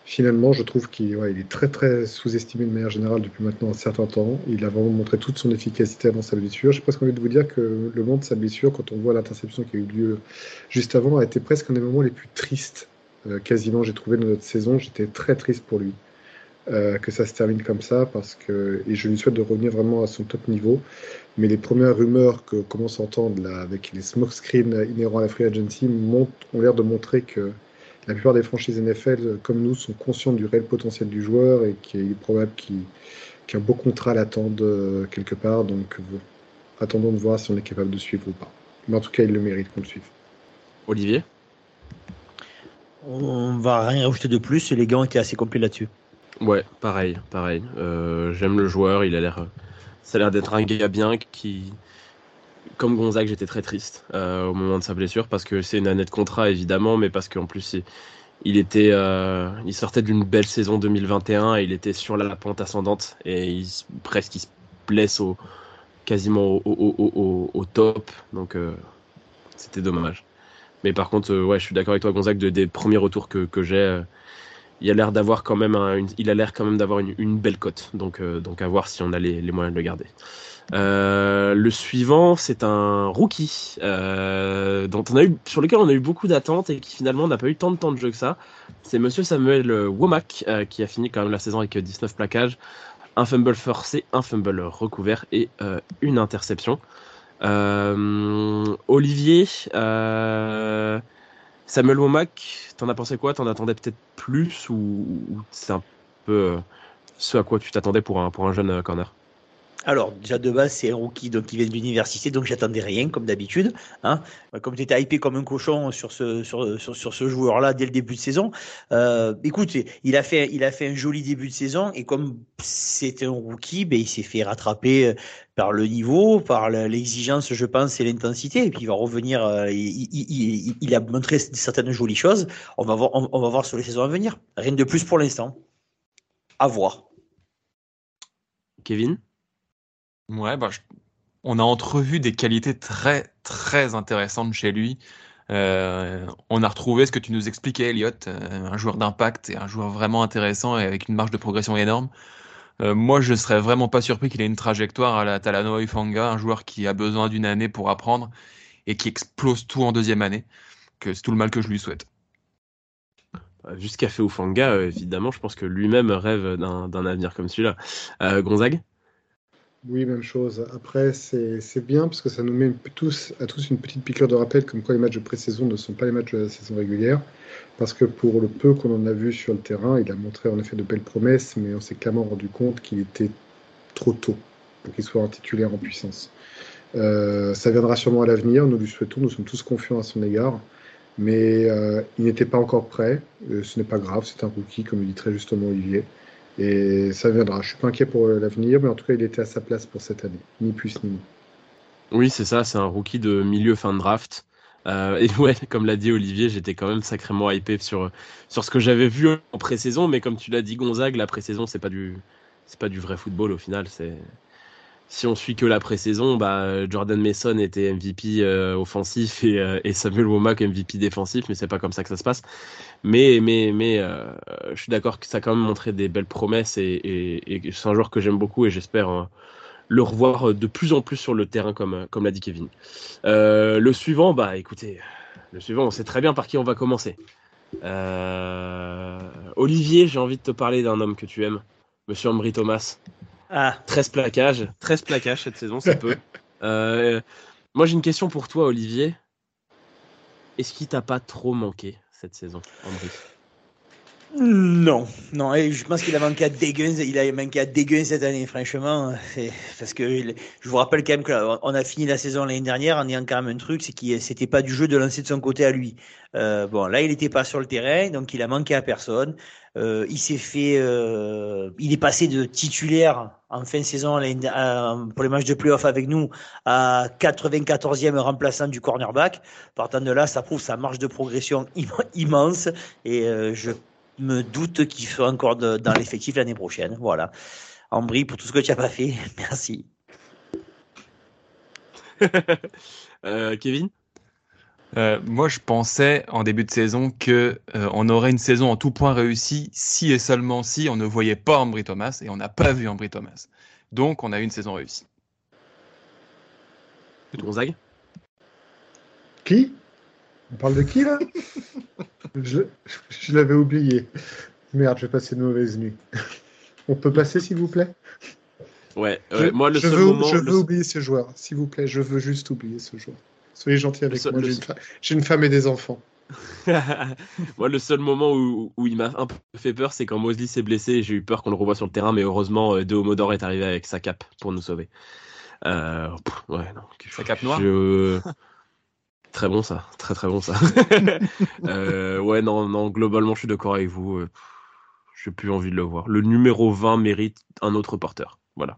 Finalement, je trouve qu'il il est très très sous-estimé de manière générale depuis maintenant un certain temps. Il a vraiment montré toute son efficacité avant sa blessure. J'ai presque envie de vous dire que le moment de sa blessure, quand on voit l'interception qui a eu lieu juste avant, a été presque un des moments les plus tristes quasiment j'ai trouvé de notre saison. J'étais très triste pour lui que ça se termine comme ça et je lui souhaite de revenir vraiment à son top niveau. Mais les premières rumeurs que commence à entendre là, avec les smokescreens inhérents à la free agency ont l'air de montrer que la plupart des franchises NFL, comme nous, sont conscientes du réel potentiel du joueur et qu'il est probable qu'un beau contrat l'attende quelque part. Donc, attendons de voir si on est capable de suivre ou pas. Mais en tout cas, il le mérite qu'on le suive. Olivier ? On va rien rajouter de plus. Les gars ont été assez complets là-dessus. Ouais, pareil. J'aime le joueur. Ça a l'air d'être un gars bien qui, comme Gonzague, j'étais très triste au moment de sa blessure parce que c'est une année de contrat évidemment, mais parce qu'en plus il sortait d'une belle saison 2021 et il était sur la pente ascendante et il se blesse quasiment au top, donc c'était dommage. Mais par contre, ouais, je suis d'accord avec toi, Gonzague, des premiers retours que j'ai, il a l'air d'avoir quand même d'avoir une belle cote, donc à voir si on a les moyens de le garder. Le suivant, c'est un rookie sur lequel on a eu beaucoup d'attentes et qui finalement n'a pas eu tant de temps de jeu que ça. C'est Monsieur Samuel Womack qui a fini quand même la saison avec 19 plaquages, un fumble forcé, un fumble recouvert et une interception. Olivier, Samuel Womack, t'en as pensé quoi ? T'en attendais peut-être plus ou c'est un peu ce à quoi tu t'attendais pour un jeune corner ? Alors, déjà de base, c'est un rookie donc, qui vient de l'université, donc j'attendais rien, comme d'habitude. Hein. Comme tu étais hypé comme un cochon sur ce joueur-là dès le début de saison, écoute, il a fait un joli début de saison, et comme c'est un rookie, il s'est fait rattraper par le niveau, par l'exigence, je pense, et l'intensité, et puis il va revenir, il a montré certaines jolies choses. On va voir sur les saisons à venir. Rien de plus pour l'instant. À voir. Kevin ? Ouais, on a entrevu des qualités très très intéressantes chez lui. On a retrouvé ce que tu nous expliquais, Elliot, un joueur d'impact et un joueur vraiment intéressant et avec une marge de progression énorme. Moi, je serais vraiment pas surpris qu'il ait une trajectoire à la Talanoa Hufanga, un joueur qui a besoin d'une année pour apprendre et qui explose tout en deuxième année. Que c'est tout le mal que je lui souhaite. Jusqu'à fait Hufanga, évidemment, je pense que lui-même rêve d'un avenir comme celui-là. Gonzague ? Oui, même chose. Après, c'est bien parce que ça nous met à tous une petite piqûre de rappel comme quoi les matchs de pré-saison ne sont pas les matchs de la saison régulière. Parce que pour le peu qu'on en a vu sur le terrain, il a montré en effet de belles promesses, mais on s'est clairement rendu compte qu'il était trop tôt pour qu'il soit un titulaire en puissance. Ça viendra sûrement à l'avenir, nous lui souhaitons, nous sommes tous confiants à son égard. Mais il n'était pas encore prêt. Ce n'est pas grave, c'est un rookie, comme le dit très justement Olivier. Et ça viendra. Je suis pas inquiet pour l'avenir, mais en tout cas, il était à sa place pour cette année, ni plus ni moins. Oui, c'est ça, c'est un rookie de milieu fin de draft. Et ouais, comme l'a dit Olivier, j'étais quand même sacrément hypé sur ce que j'avais vu en pré-saison, mais comme tu l'as dit, Gonzague, la pré-saison, c'est pas du vrai football au final. Si on suit que la pré-saison, Jordan Mason était MVP offensif et Samuel Womack MVP défensif, mais c'est pas comme ça que ça se passe. Mais je suis d'accord que ça a quand même montré des belles promesses et c'est un joueur que j'aime beaucoup et j'espère le revoir de plus en plus sur le terrain comme l'a dit Kevin. Le suivant, écoutez, on sait très bien par qui on va commencer. Olivier, j'ai envie de te parler d'un homme que tu aimes, Monsieur Ambry Thomas. 13 plaquages cette saison, c'est peu. Moi, j'ai une question pour toi, Olivier. Est-ce qu'il t'a pas trop manqué cette saison, Ambry ? Non, et je pense qu'il a manqué à Déguin cette année, franchement. Parce que je vous rappelle quand même qu'on a fini la saison l'année dernière en ayant quand même un truc, c'est que c'était pas du jeu de lancer de son côté à lui. Bon, là, il n'était pas sur le terrain, donc il a manqué à personne. Il est passé de titulaire en fin de saison pour les matchs de play-off avec nous à 94e remplaçant du cornerback. Partant de là, ça prouve sa marge de progression immense et je me doute qu'il sera encore dans l'effectif l'année prochaine. Voilà. Ambry, pour tout ce que tu n'as pas fait, merci. Kevin ? Moi, je pensais en début de saison que on aurait une saison en tout point réussie si et seulement si on ne voyait pas Ambry Thomas, et on n'a pas vu Ambry Thomas. Donc, on a eu une saison réussie. Gonzague. Qui? On parle de qui là? je l'avais oublié. Merde, je vais passer une mauvaise nuit. On peut passer, s'il vous plaît? Ouais, moi le seul moment. Je veux oublier ce joueur, s'il vous plaît. Je veux juste oublier ce joueur. Soyez gentils avec moi. J'ai une femme et des enfants. Moi, le seul moment où il m'a un peu fait peur, c'est quand Mosley s'est blessé et j'ai eu peur qu'on le revoie sur le terrain, mais heureusement, De Homodor est arrivé avec sa cape pour nous sauver. Ouais, non. Sa cape noire. Très bon ça, très bon ça. Ouais, non, globalement, je suis d'accord avec vous. J'ai plus envie de le voir. Le numéro 20 mérite un autre porteur. Voilà.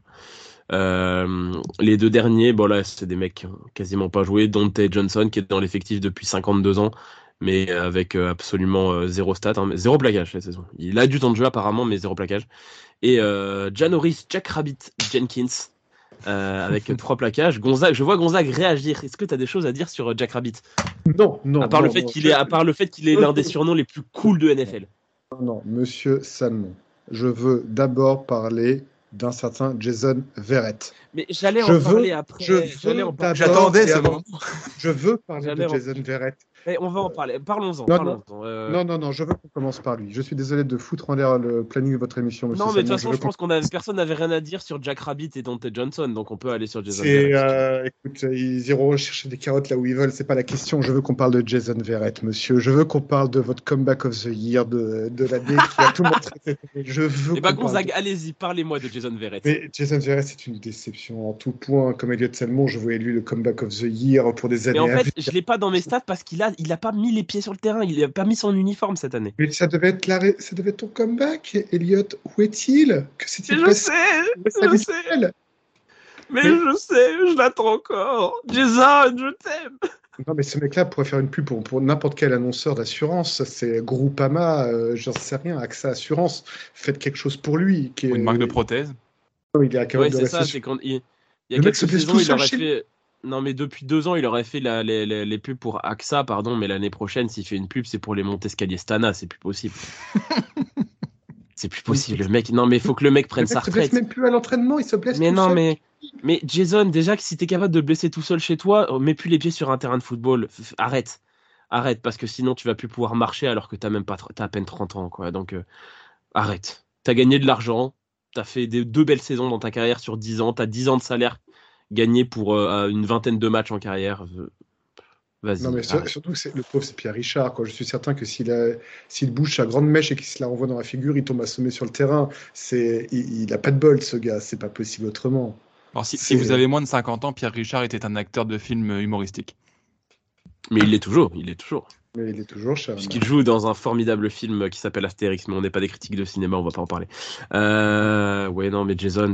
Les deux derniers, bon là, c'est des mecs qui ont quasiment pas joué. Dante Johnson, qui est dans l'effectif depuis 52 ans, mais avec absolument zéro stat, hein, zéro plaquage cette saison. Il a du temps de jeu apparemment, mais zéro plaquage. Et Janoris Jackrabbit Jenkins, avec 3 plaquages. Gonzague, je vois Gonzague réagir. Est-ce que tu as des choses à dire sur Jackrabbit? Non. À part le fait qu'il est l'un des surnoms les plus cool de NFL. Non, monsieur Salmon. Je veux d'abord parler d'un certain Jason Verrett. Mais j'allais en parler après. J'attendais ce moment. Je veux parler de Jason Verrett. Mais on va en parler. Parlons-en. Non, je veux qu'on commence par lui. Je suis désolé de foutre en l'air le planning de votre émission, monsieur. Non, mais de toute façon, je pense personne n'avait rien à dire sur Jack Rabbit et Dante Johnson, donc on peut aller sur Jason Verrett. Écoute, ils iront chercher des carottes là où ils veulent, c'est pas la question. Je veux qu'on parle de Jason Verrett, monsieur. Je veux qu'on parle de votre comeback of the year de l'année qui a tout montré. Je veux. Gonzague, allez-y, parlez-moi de Jason Verrett. Mais Jason Verrett, c'est une déception en tout point. Comme Elliott Salmon, je voyais lui le comeback of the year pour des années. Mais en fait, je l'ai pas dans mes stats parce qu'il a pas mis les pieds sur le terrain, il a pas mis son uniforme cette année. Mais ça devait être ton comeback, Elliott. Où est-il? Que s'est-il passé? Je sais. Mais je sais, je l'attends encore. Jason, je t'aime. Non, mais ce mec-là pourrait faire une pub pour n'importe quel annonceur d'assurance. C'est Groupama, j'en sais rien, AXA Assurance. Faites quelque chose pour lui. Ou une marque de prothèse. Il est capable de c'est ça, c'est quand il y a quelques saisons, il aurait fait. Non, mais depuis 2 ans, il aurait fait les pubs pour AXA, pardon, mais l'année prochaine, s'il fait une pub, c'est pour les Montescalier Stana, c'est plus possible. C'est plus possible, le mec. Non, mais il faut que le mec prenne sa retraite. Il se blesse même plus à l'entraînement, il se blesse. Mais non, mais Jason, déjà que si t'es capable de le blesser tout seul chez toi, mets plus les pieds sur un terrain de football. Arrête, parce que sinon tu vas plus pouvoir marcher alors que t'as à peine 30 ans, quoi. Donc arrête. T'as gagné de l'argent, t'as fait 2 belles saisons dans ta carrière sur 10 ans, t'as 10 ans de salaire gagné pour une vingtaine de matchs en carrière. Vas-y. Non, mais surtout, le pauvre, c'est Pierre Richard, quoi. Je suis certain que s'il bouge sa grande mèche et qu'il se la renvoie dans la figure, il tombe assommé sur le terrain. Il a pas de bol, ce gars. C'est pas possible autrement. Alors, si vous avez moins de 50 ans, Pierre Richard était un acteur de film humoristique. Mais il l'est toujours. Mais il est toujours cher. Puisqu'il joue dans un formidable film qui s'appelle Astérix, mais on n'est pas des critiques de cinéma, on va pas en parler. Ouais, non, mais Jason,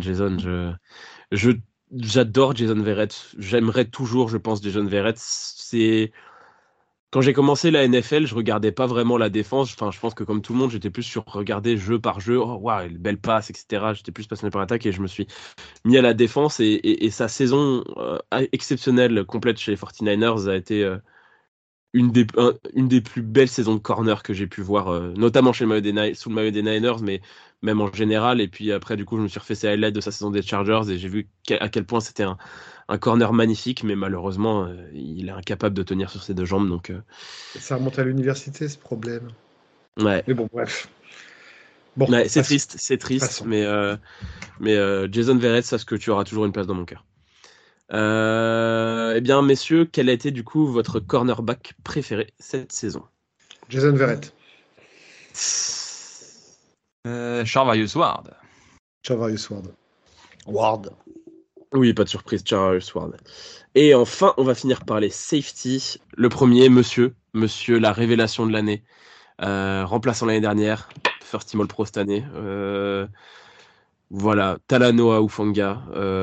j'adore Jason Verrett. J'aimerais toujours, je pense, Jason Verrett. Quand j'ai commencé la NFL, je regardais pas vraiment la défense. Enfin, je pense que comme tout le monde, j'étais plus sur regarder jeu par jeu. Oh, waouh, belle passe, etc. J'étais plus passionné par l'attaque et je me suis mis à la défense. Et sa saison exceptionnelle, complète chez les 49ers, a été une des plus belles saisons de corner que j'ai pu voir, notamment sous le maillot des Niners, mais même en général. Et puis après, du coup, je me suis refait ses highlights de sa saison des Chargers et j'ai vu à quel point c'était un corner magnifique, mais malheureusement, il est incapable de tenir sur ses 2 jambes. Donc, ça remonte à l'université, ce problème. Ouais. Mais bon, bref. Bon, ouais, c'est triste, mais Jason Verrett, sache que tu auras toujours une place dans mon cœur. Eh bien, messieurs, quel a été du coup votre cornerback préféré cette saison? Jason Verrett. Charvarius Ward. Ward. Oui, pas de surprise, Charvarius Ward. Et enfin, on va finir par les safety. Le premier, monsieur, la révélation de l'année, remplaçant l'année dernière, first team All-Pro cette année. Voilà, Talanoa Hufanga,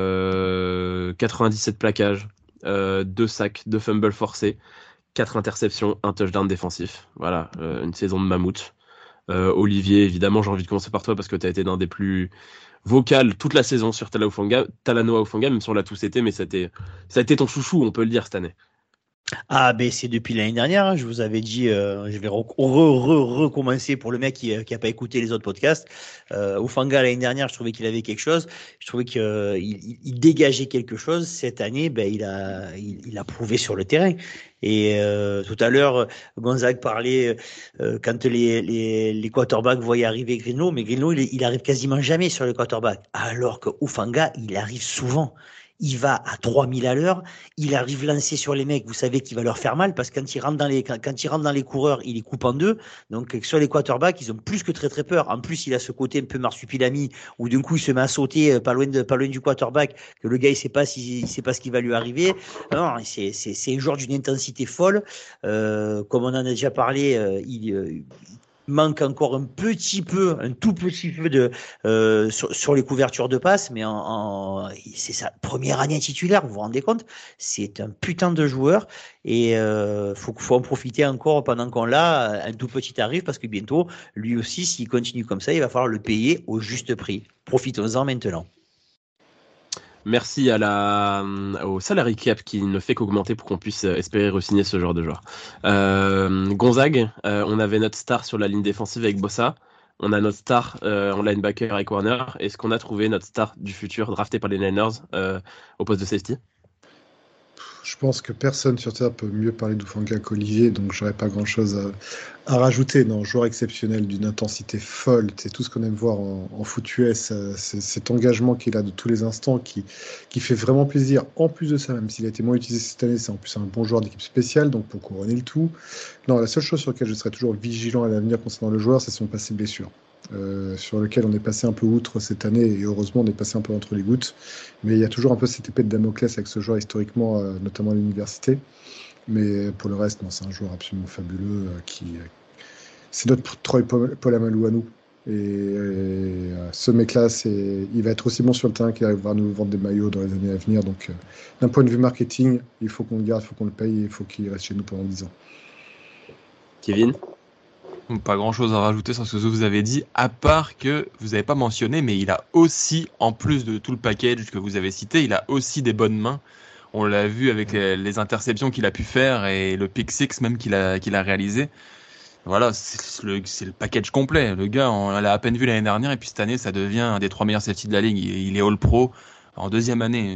97 plaquages, 2 sacs, 2 fumbles forcés, 4 interceptions, 1 touchdown défensif. Voilà, une saison de mammouth. Olivier, évidemment, j'ai envie de commencer par toi parce que tu as été l'un des plus vocales toute la saison sur Talanoa Hufanga, même si on l'a tous été, mais ça a été ton chouchou, on peut le dire, cette année. Ah, ben c'est depuis l'année dernière, hein. Je vous avais dit, je vais recommencer pour le mec qui a pas écouté les autres podcasts. Hufanga, l'année dernière, je trouvais qu'il avait quelque chose. Je trouvais qu'il il dégageait quelque chose. Cette année, ben, il a prouvé sur le terrain. Et tout à l'heure, Gonzague parlait quand les quarterbacks voyaient arriver Greenlow, mais Greenlow, il arrive quasiment jamais sur le quarterback. Alors que Hufanga, il arrive souvent. Il va à 3000 à l'heure, il arrive lancé sur les mecs, vous savez qu'il va leur faire mal parce que quand il rentre dans les coureurs, il les coupe en deux. Donc sur les quarterbacks, ils ont plus que très très peur. En plus, il a ce côté un peu marsupilami où d'un coup il se met à sauter pas loin du quarterback, que le gars il sait pas ce qui va lui arriver. Non, c'est un joueur d'une intensité folle. Comme on en a déjà parlé, il manque encore un tout petit peu sur les couvertures de passe, mais c'est sa première année titulaire, vous vous rendez compte? C'est un putain de joueur et faut en profiter encore pendant qu'on l'a, un tout petit tarif, parce que bientôt, lui aussi, s'il continue comme ça, il va falloir le payer au juste prix. Profitons-en maintenant. Merci au salary cap qui ne fait qu'augmenter pour qu'on puisse espérer re-signer ce genre de joueur. Gonzague, on avait notre star sur la ligne défensive avec Bossa. On a notre star en linebacker avec Warner. Est-ce qu'on a trouvé notre star du futur drafté par les Niners au poste de safety? Je pense que personne sur Terre peut mieux parler d'Hufanga qu'Olivier, donc j'aurais pas grand-chose à rajouter. Non, joueur exceptionnel, d'une intensité folle. C'est tout ce qu'on aime voir en foot US. C'est cet engagement qu'il a de tous les instants qui fait vraiment plaisir. En plus de ça, même s'il a été moins utilisé cette année, c'est en plus un bon joueur d'équipe spéciale, donc pour couronner le tout. Non, la seule chose sur laquelle je serai toujours vigilant à l'avenir concernant le joueur, c'est son passé blessure. Sur lequel on est passé un peu outre cette année, et heureusement on est passé un peu entre les gouttes, mais il y a toujours un peu cette épée de Damoclès avec ce joueur historiquement, notamment à l'université, mais pour le reste, non, c'est un joueur absolument fabuleux c'est notre Troy Polamalu à nous, et ce mec-là, il va être aussi bon sur le terrain qu'il arrivera à nous vendre des maillots dans les années à venir, donc d'un point de vue marketing, il faut qu'on le garde, il faut qu'on le paye, et il faut qu'il reste chez nous pendant 10 ans. Kevin? Pas grand chose à rajouter sur ce que vous avez dit, à part que vous n'avez pas mentionné, mais il a aussi, en plus de tout le package que vous avez cité, il a aussi des bonnes mains. On l'a vu avec les interceptions qu'il a pu faire et le pick six même qu'il a réalisé. Voilà, c'est le package complet. Le gars, on l'a à peine vu l'année dernière et puis cette année, ça devient un des 3 meilleurs safety de la ligue. Il est All-Pro en deuxième année.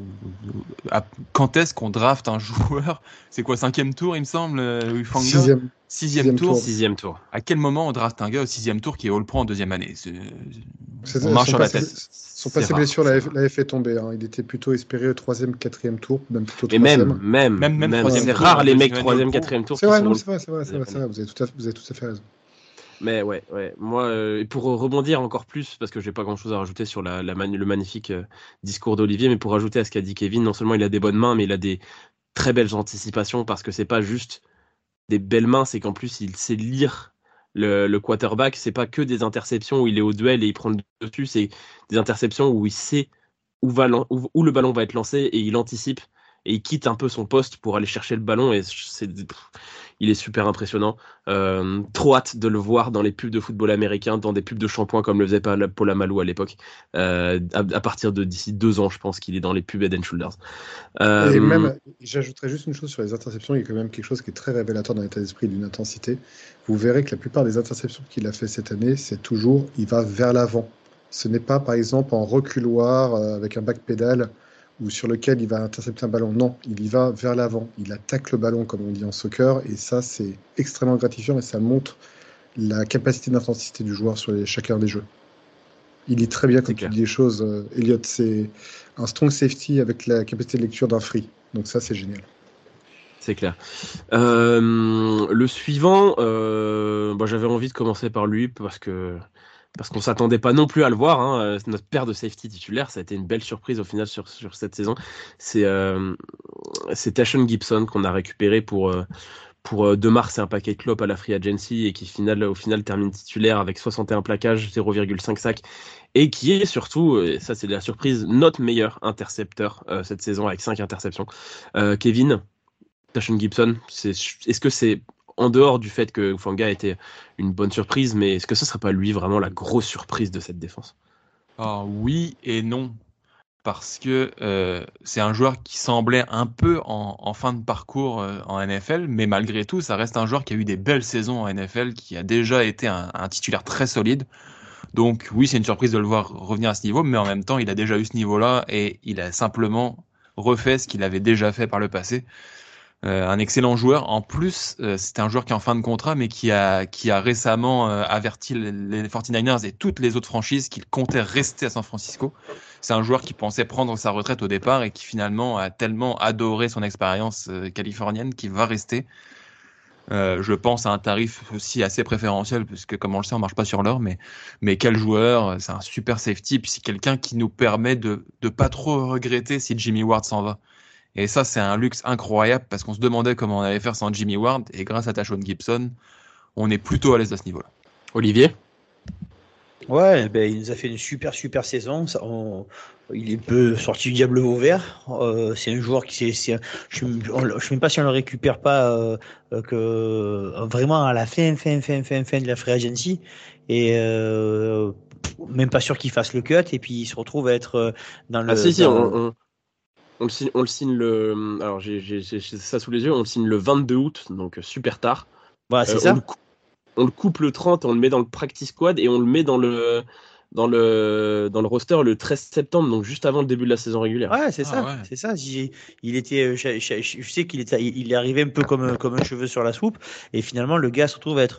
Quand est-ce qu'on draft un joueur? C'est quoi, 5e tour, il me semble, Hufanga? Sixième tour. 6e tour. À quel moment on draft un gars au 6e tour qui est All-Pro en deuxième année? On marche sur la tête. Son passé blessure l'avait fait tomber. Hein. Il était plutôt espéré au 3e, 4e tour, même plutôt 3e. Et même c'est rare les mecs 3e, 4e tour. C'est vrai, non, c'est vrai. Vous avez tout à fait raison. Mais ouais. Moi, pour rebondir encore plus, parce que j'ai pas grand-chose à rajouter sur le magnifique discours d'Olivier, mais pour rajouter à ce qu'a dit Kevin, non seulement il a des bonnes mains, mais il a des très belles anticipations, parce que c'est pas juste des belles mains, c'est qu'en plus il sait lire le quarterback. C'est pas que des interceptions où il est au duel et il prend le dessus, c'est des interceptions où il sait où le ballon va être lancé et il anticipe et il quitte un peu son poste pour aller chercher le ballon, et il est super impressionnant. Trop hâte de le voir dans les pubs de football américain, dans des pubs de shampoing comme le faisait Polamalu à l'époque. À partir de d'ici 2 ans, je pense qu'il est dans les pubs Head & Shoulders. Et même, j'ajouterais juste une chose sur les interceptions. Il y a quand même quelque chose qui est très révélateur dans l'état d'esprit d'une intensité. Vous verrez que la plupart des interceptions qu'il a fait cette année, c'est toujours, il va vers l'avant. Ce n'est pas, par exemple, en reculoir avec un backpedal ou sur lequel il va intercepter un ballon. Non, il y va vers l'avant. Il attaque le ballon, comme on dit en soccer, et ça, c'est extrêmement gratifiant et ça montre la capacité d'intensité du joueur sur chacun des jeux. Il lit très bien quand tu dis les choses. Elliot, c'est un strong safety avec la capacité de lecture d'un free. Donc ça, c'est génial. C'est clair. Le suivant, j'avais envie de commencer par lui parce qu'on s'attendait pas non plus à le voir. Hein. Notre paire de safety titulaire, ça a été une belle surprise au final sur cette saison. C'est Tashon Gibson qu'on a récupéré pour 2 mars et un paquet de clopes à la free agency et qui au final termine titulaire avec 61 plaquages, 0,5 sacs, et qui est surtout, et ça c'est de la surprise, notre meilleur intercepteur cette saison avec 5 interceptions. Kevin, Tashon Gibson, est-ce que c'est, en dehors du fait que Hufanga était une bonne surprise, mais est-ce que ce serait pas lui vraiment la grosse surprise de cette défense? Oui et non. parce que c'est un joueur qui semblait un peu en fin de parcours en NFL, mais malgré tout, ça reste un joueur qui a eu des belles saisons en NFL, qui a déjà été un titulaire très solide. Donc oui, c'est une surprise de le voir revenir à ce niveau, mais en même temps, il a déjà eu ce niveau-là et il a simplement refait ce qu'il avait déjà fait par le passé. Un excellent joueur. En plus, c'est un joueur qui est en fin de contrat, mais qui a récemment averti les 49ers et toutes les autres franchises qu'il comptait rester à San Francisco. C'est un joueur qui pensait prendre sa retraite au départ et qui finalement a tellement adoré son expérience californienne qu'il va rester. Je pense à un tarif aussi assez préférentiel, puisque comme on le sait, on marche pas sur l'or, mais quel joueur, c'est un super safety, puis c'est quelqu'un qui nous permet de pas trop regretter si Jimmy Ward s'en va. Et ça, c'est un luxe incroyable, parce qu'on se demandait comment on allait faire sans Jimmy Ward, et grâce à Tashon Gibson, on est plutôt à l'aise à ce niveau-là. Olivier ? Ouais, il nous a fait une super saison. Il est peu sorti du diable au vert. C'est un joueur qui je ne sais même pas si on le récupère pas vraiment à la fin de la free agency, et même pas sûr qu'il fasse le cut, et puis il se retrouve à être dans le. Si, on le signe le. Alors j'ai ça sous les yeux. On le signe le 22 août, donc super tard. Voilà, c'est ça. On le coupe le 30, on le met dans le practice squad et on le met dans le roster le 13 septembre, donc juste avant le début de la saison régulière. Ouais, c'est ça. Il était, je sais il est arrivé un peu comme un cheveu sur la soupe, et finalement le gars se retrouve à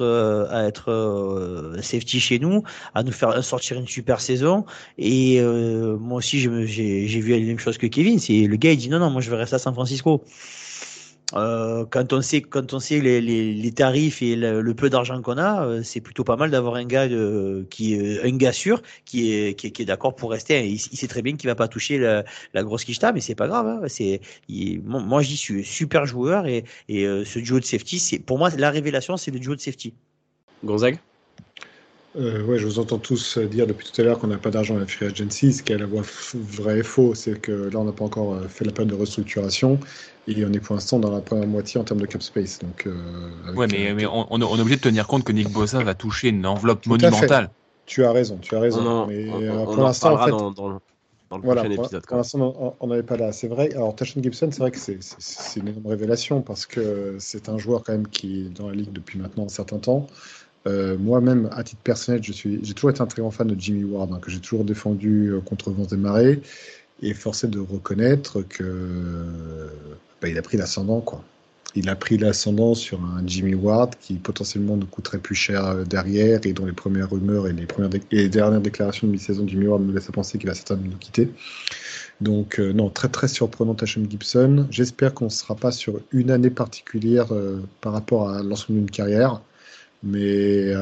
être safety chez nous, à nous faire sortir une super saison. Et moi aussi j'ai vu la même chose que Kevin. C'est le gars, il dit non, moi je veux rester à San Francisco. Quand on sait les tarifs et le peu d'argent qu'on a, c'est plutôt pas mal d'avoir un gars qui est un gars sûr, qui est d'accord pour rester. Il sait très bien qu'il va pas toucher la grosse quicheta, mais c'est pas grave. Hein. Moi je dis super joueur, et ce duo de safety, c'est pour moi la révélation, c'est le duo de safety. Gonzague. Ouais, je vous entends tous dire depuis tout à l'heure qu'on n'a pas d'argent à la free agency. Ce qui est à la fois vrai et faux, c'est que là, on n'a pas encore fait la période de restructuration et on est pour l'instant dans la première moitié en termes de cap space. Donc, mais on est obligé de tenir compte que Nick Bosa va toucher une enveloppe tout monumentale. Tu as raison. Mais pour l'instant, en fait, dans le prochain épisode. Pour l'instant, on n'avait pas là. C'est vrai. Alors, Tashon Gibson, c'est vrai que c'est une énorme révélation, parce que c'est un joueur quand même qui est dans la ligue depuis maintenant un certain temps. Moi-même, à titre personnel, j'ai toujours été un très grand fan de Jimmy Ward, que j'ai toujours défendu contre vents et marées, et forcé de reconnaître que il a pris l'ascendant, quoi. Il a pris l'ascendant sur un Jimmy Ward qui potentiellement nous coûterait plus cher derrière, et dont les premières rumeurs et les dernières déclarations de mi-saison de Jimmy Ward nous laissent à penser qu'il va certainement nous quitter. Donc non, très très surprenant Tashon Gibson. J'espère qu'on ne sera pas sur une année particulière par rapport à l'ensemble d'une carrière. Mais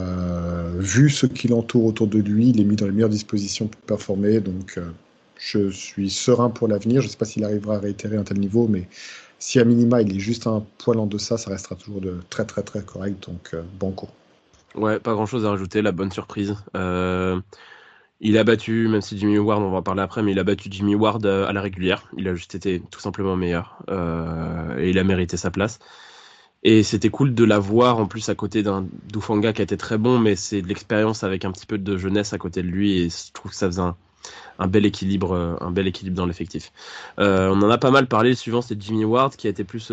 vu ce qui l'entoure autour de lui, il est mis dans les meilleures dispositions pour performer. Donc je suis serein pour l'avenir. Je ne sais pas s'il arrivera à réitérer un tel niveau, mais si à minima il est juste un poil en deçà, ça restera toujours de très très très correct. Donc banco. Ouais, pas grand chose à rajouter. La bonne surprise. Il a battu, même si Jimmy Ward, on va en parler après, mais il a battu Jimmy Ward à la régulière. Il a juste été tout simplement meilleur, et il a mérité sa place. Et c'était cool de l'avoir en plus à côté d'un Doufanga qui a été très bon, mais c'est de l'expérience avec un petit peu de jeunesse à côté de lui, et je trouve que ça faisait un bel équilibre dans l'effectif. On en a pas mal parlé. Le suivant, c'est Jimmy Ward, qui a été plus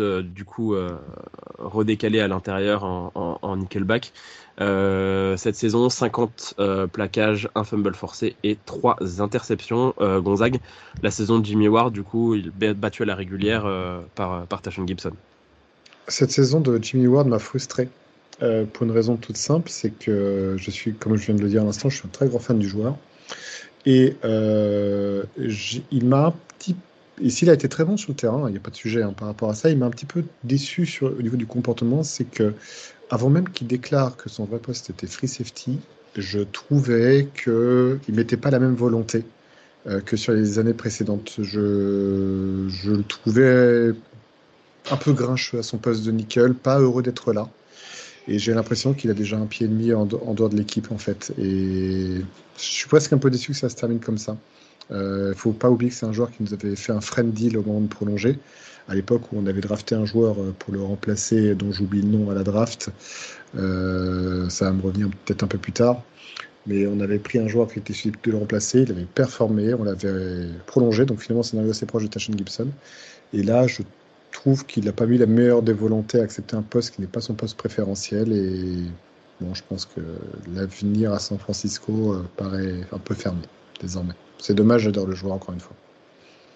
redécalé à l'intérieur en nickelback. Cette saison, 50 plaquages, un fumble forcé et 3 interceptions. Gonzague, la saison de Jimmy Ward, du coup, il est battu à la régulière par Tashon Gibson. Cette saison de Jimmy Ward m'a frustré pour une raison toute simple, c'est que comme je viens de le dire à l'instant, je suis un très grand fan du joueur, et il m'a un petit. Et s'il a été très bon sur le terrain, il n'y a pas de sujet par rapport à ça, il m'a un petit peu déçu au niveau du comportement. C'est que avant même qu'il déclare que son vrai poste était free safety, je trouvais qu'il ne mettait pas la même volonté que sur les années précédentes. Je le trouvais un peu grincheux à son poste de nickel, pas heureux d'être là. Et j'ai l'impression qu'il a déjà un pied et demi en dehors de l'équipe, en fait. Et je suis presque un peu déçu que ça se termine comme ça. Faut pas oublier que c'est un joueur qui nous avait fait un friend deal au moment de prolonger, à l'époque où on avait drafté un joueur pour le remplacer, dont j'oublie le nom à la draft. Ça va me revenir peut-être un peu plus tard. Mais on avait pris un joueur qui était susceptible de le remplacer, il avait performé, on l'avait prolongé, donc finalement, c'est un assez proche de Tashon Gibson. Et là, je trouve qu'il n'a pas mis la meilleure des volontés à accepter un poste qui n'est pas son poste préférentiel. Et bon, je pense que l'avenir à San Francisco paraît un peu fermé désormais. C'est dommage, j'adore le joueur encore une fois. Olivier ?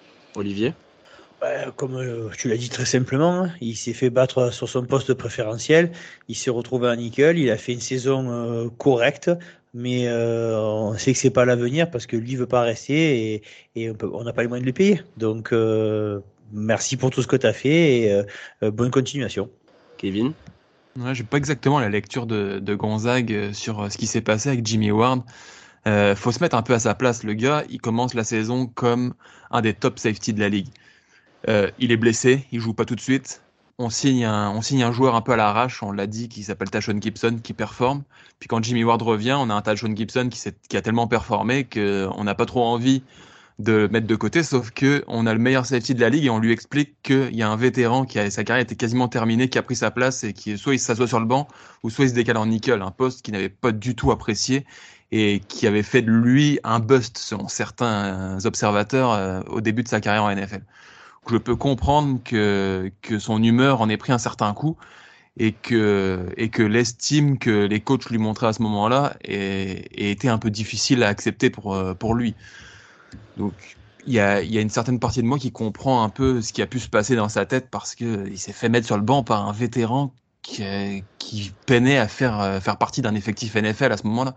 Comme tu l'as dit très simplement, hein, il s'est fait battre sur son poste préférentiel, il s'est retrouvé à nickel, il a fait une saison correcte, mais on sait que c'est pas l'avenir parce que lui veut pas rester et on n'a pas les moyens de le payer. Donc merci pour tout ce que tu as fait et bonne continuation. Kevin ? Ouais, j'ai pas exactement la lecture de Gonzague sur ce qui s'est passé avec Jimmy Ward. Faut se mettre un peu à sa place. Le gars, il commence la saison comme un des top safety de la ligue. Il est blessé, il joue pas tout de suite. On signe un joueur un peu à l'arrache, on l'a dit, qui s'appelle Tashon Gibson, qui performe. Puis quand Jimmy Ward revient, on a un Tashon Gibson qui a tellement performé qu'on n'a pas trop envie de le mettre de côté, sauf que on a le meilleur safety de la ligue et on lui explique qu'il y a un vétéran sa carrière était quasiment terminée, qui a pris sa place et qui soit il s'assoit sur le banc, ou soit il se décale en nickel, un poste qu'il n'avait pas du tout apprécié et qui avait fait de lui un bust selon certains observateurs au début de sa carrière en NFL. Je peux comprendre que son humeur en ait pris un certain coup et que l'estime que les coachs lui montraient à ce moment-là ait été un peu difficile à accepter pour lui. Donc il y a une certaine partie de moi qui comprend un peu ce qui a pu se passer dans sa tête parce que il s'est fait mettre sur le banc par un vétéran qui peinait à faire partie d'un effectif NFL à ce moment-là.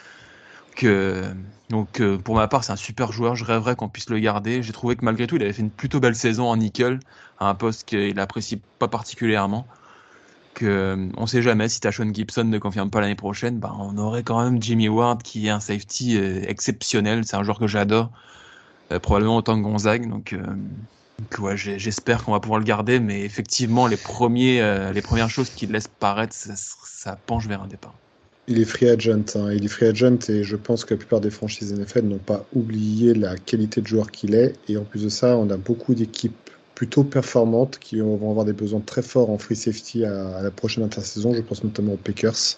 Donc pour ma part, c'est un super joueur. Je rêverais qu'on puisse le garder. J'ai trouvé que malgré tout, il avait fait une plutôt belle saison en nickel, à un poste qu'il apprécie pas particulièrement. On sait jamais si Tashon Gibson ne confirme pas l'année prochaine, on aurait quand même Jimmy Ward qui est un safety exceptionnel. C'est un joueur que j'adore, probablement autant que Gonzague. Donc ouais, j'espère qu'on va pouvoir le garder, mais effectivement, les premières choses qu'il laisse paraître, ça penche vers un départ. Il est free agent, hein. Il est free agent et je pense que la plupart des franchises NFL n'ont pas oublié la qualité de joueur qu'il est. Et en plus de ça, on a beaucoup d'équipes plutôt performantes qui vont avoir des besoins très forts en free safety à la prochaine intersaison. Je pense notamment aux Packers.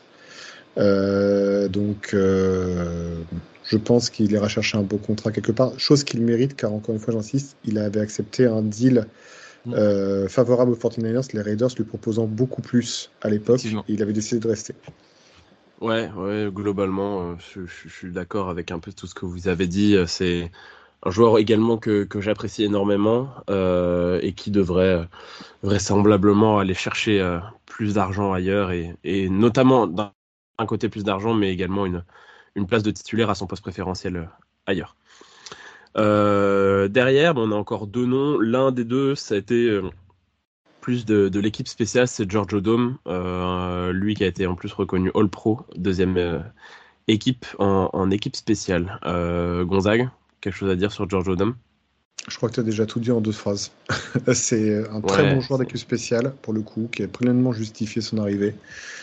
Donc, je pense qu'il ira chercher un beau contrat quelque part. Chose qu'il mérite, car encore une fois, j'insiste, il avait accepté un deal favorable aux 49ers, les Raiders lui proposant beaucoup plus à l'époque. Et il avait décidé de rester. Ouais, globalement, je suis d'accord avec un peu tout ce que vous avez dit. C'est un joueur également que j'apprécie énormément et qui devrait vraisemblablement aller chercher plus d'argent ailleurs et notamment d'un côté plus d'argent, mais également une place de titulaire à son poste préférentiel ailleurs. Derrière, on a encore deux noms. L'un des deux, ça a été plus de l'équipe spéciale, c'est George Odom, lui qui a été en plus reconnu All-Pro, deuxième équipe en équipe spéciale. Gonzague, quelque chose à dire sur George Odom ? Je crois que tu as déjà tout dit en 2 phrases. C'est un très bon joueur d'équipe spéciale, pour le coup, qui a pleinement justifié son arrivée,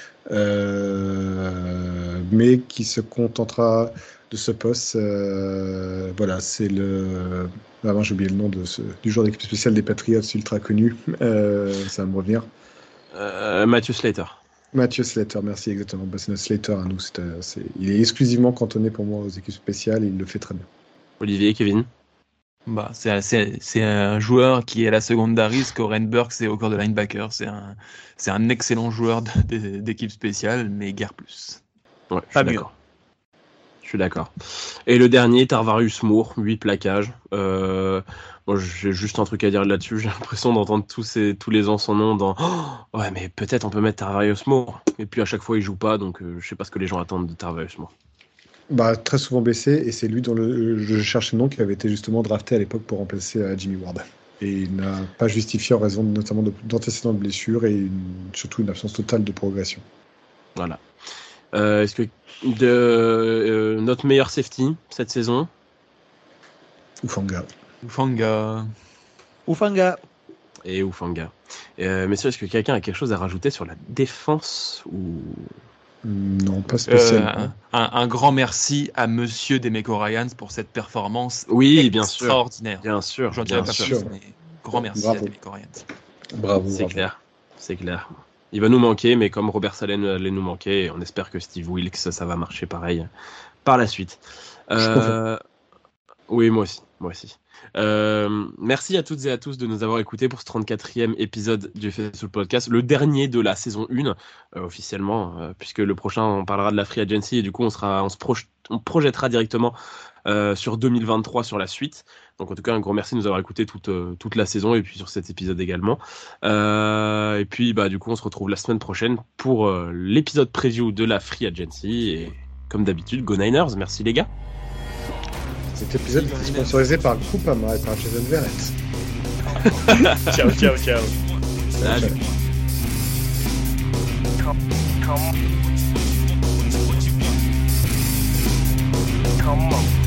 mais qui se contentera de ce poste. Voilà, c'est le... Avant, j'ai oublié le nom du joueur d'équipe spéciale des Patriots, ultra connu. Ça va me revenir. Matthew Slater. Matthew Slater, merci, exactement. C'est notre Slater à nous. Il est exclusivement cantonné pour moi aux équipes spéciales et il le fait très bien. Olivier, Kevin ? C'est un joueur qui est à la secondary, ce qu'Oren Burks est au corps de linebacker. C'est un excellent joueur d'équipe spéciale, mais guère plus. Ouais, je suis d'accord. Et le dernier, Tarvarius Moore, 8 plaquages. Moi, j'ai juste un truc à dire là-dessus. J'ai l'impression d'entendre tous les ans son nom dans ouais, mais peut-être on peut mettre Tarvarius Moore. Et puis à chaque fois, il joue pas, donc je sais pas ce que les gens attendent de Tarvarius Moore. Très souvent blessé, et c'est lui dont je cherche le nom qui avait été justement drafté à l'époque pour remplacer Jimmy Ward. Et il n'a pas justifié en raison notamment d'antécédents de blessures et surtout une absence totale de progression. Voilà. Est-ce que notre meilleur safety cette saison ? Hufanga. Et Hufanga. Messieurs, est-ce que quelqu'un a quelque chose à rajouter sur la défense ou... Non, pas spécialement. Un grand merci à Monsieur Demeco Ryans pour cette performance extraordinaire. Bien sûr. J'en dirais pas plus, mais grand merci à Demeco Ryans. Bravo. C'est clair. Il va nous manquer, mais comme Robert Saleh allait nous manquer, on espère que Steve Wilkes, ça va marcher pareil par la suite. Oui, moi aussi. Merci à toutes et à tous de nous avoir écoutés pour ce 34e épisode du Facebook Podcast, le dernier de la saison 1 officiellement, puisque le prochain on parlera de la Free Agency et du coup on projettera directement sur 2023 sur la suite. Donc en tout cas un gros merci de nous avoir écoutés toute la saison et puis sur cet épisode également. Et puis du coup on se retrouve la semaine prochaine pour l'épisode preview de la Free Agency et comme d'habitude, Go Niners, merci les gars. Cet épisode est sponsorisé par le Groupama et par Jason Verrett. Ciao. Salut. Come on.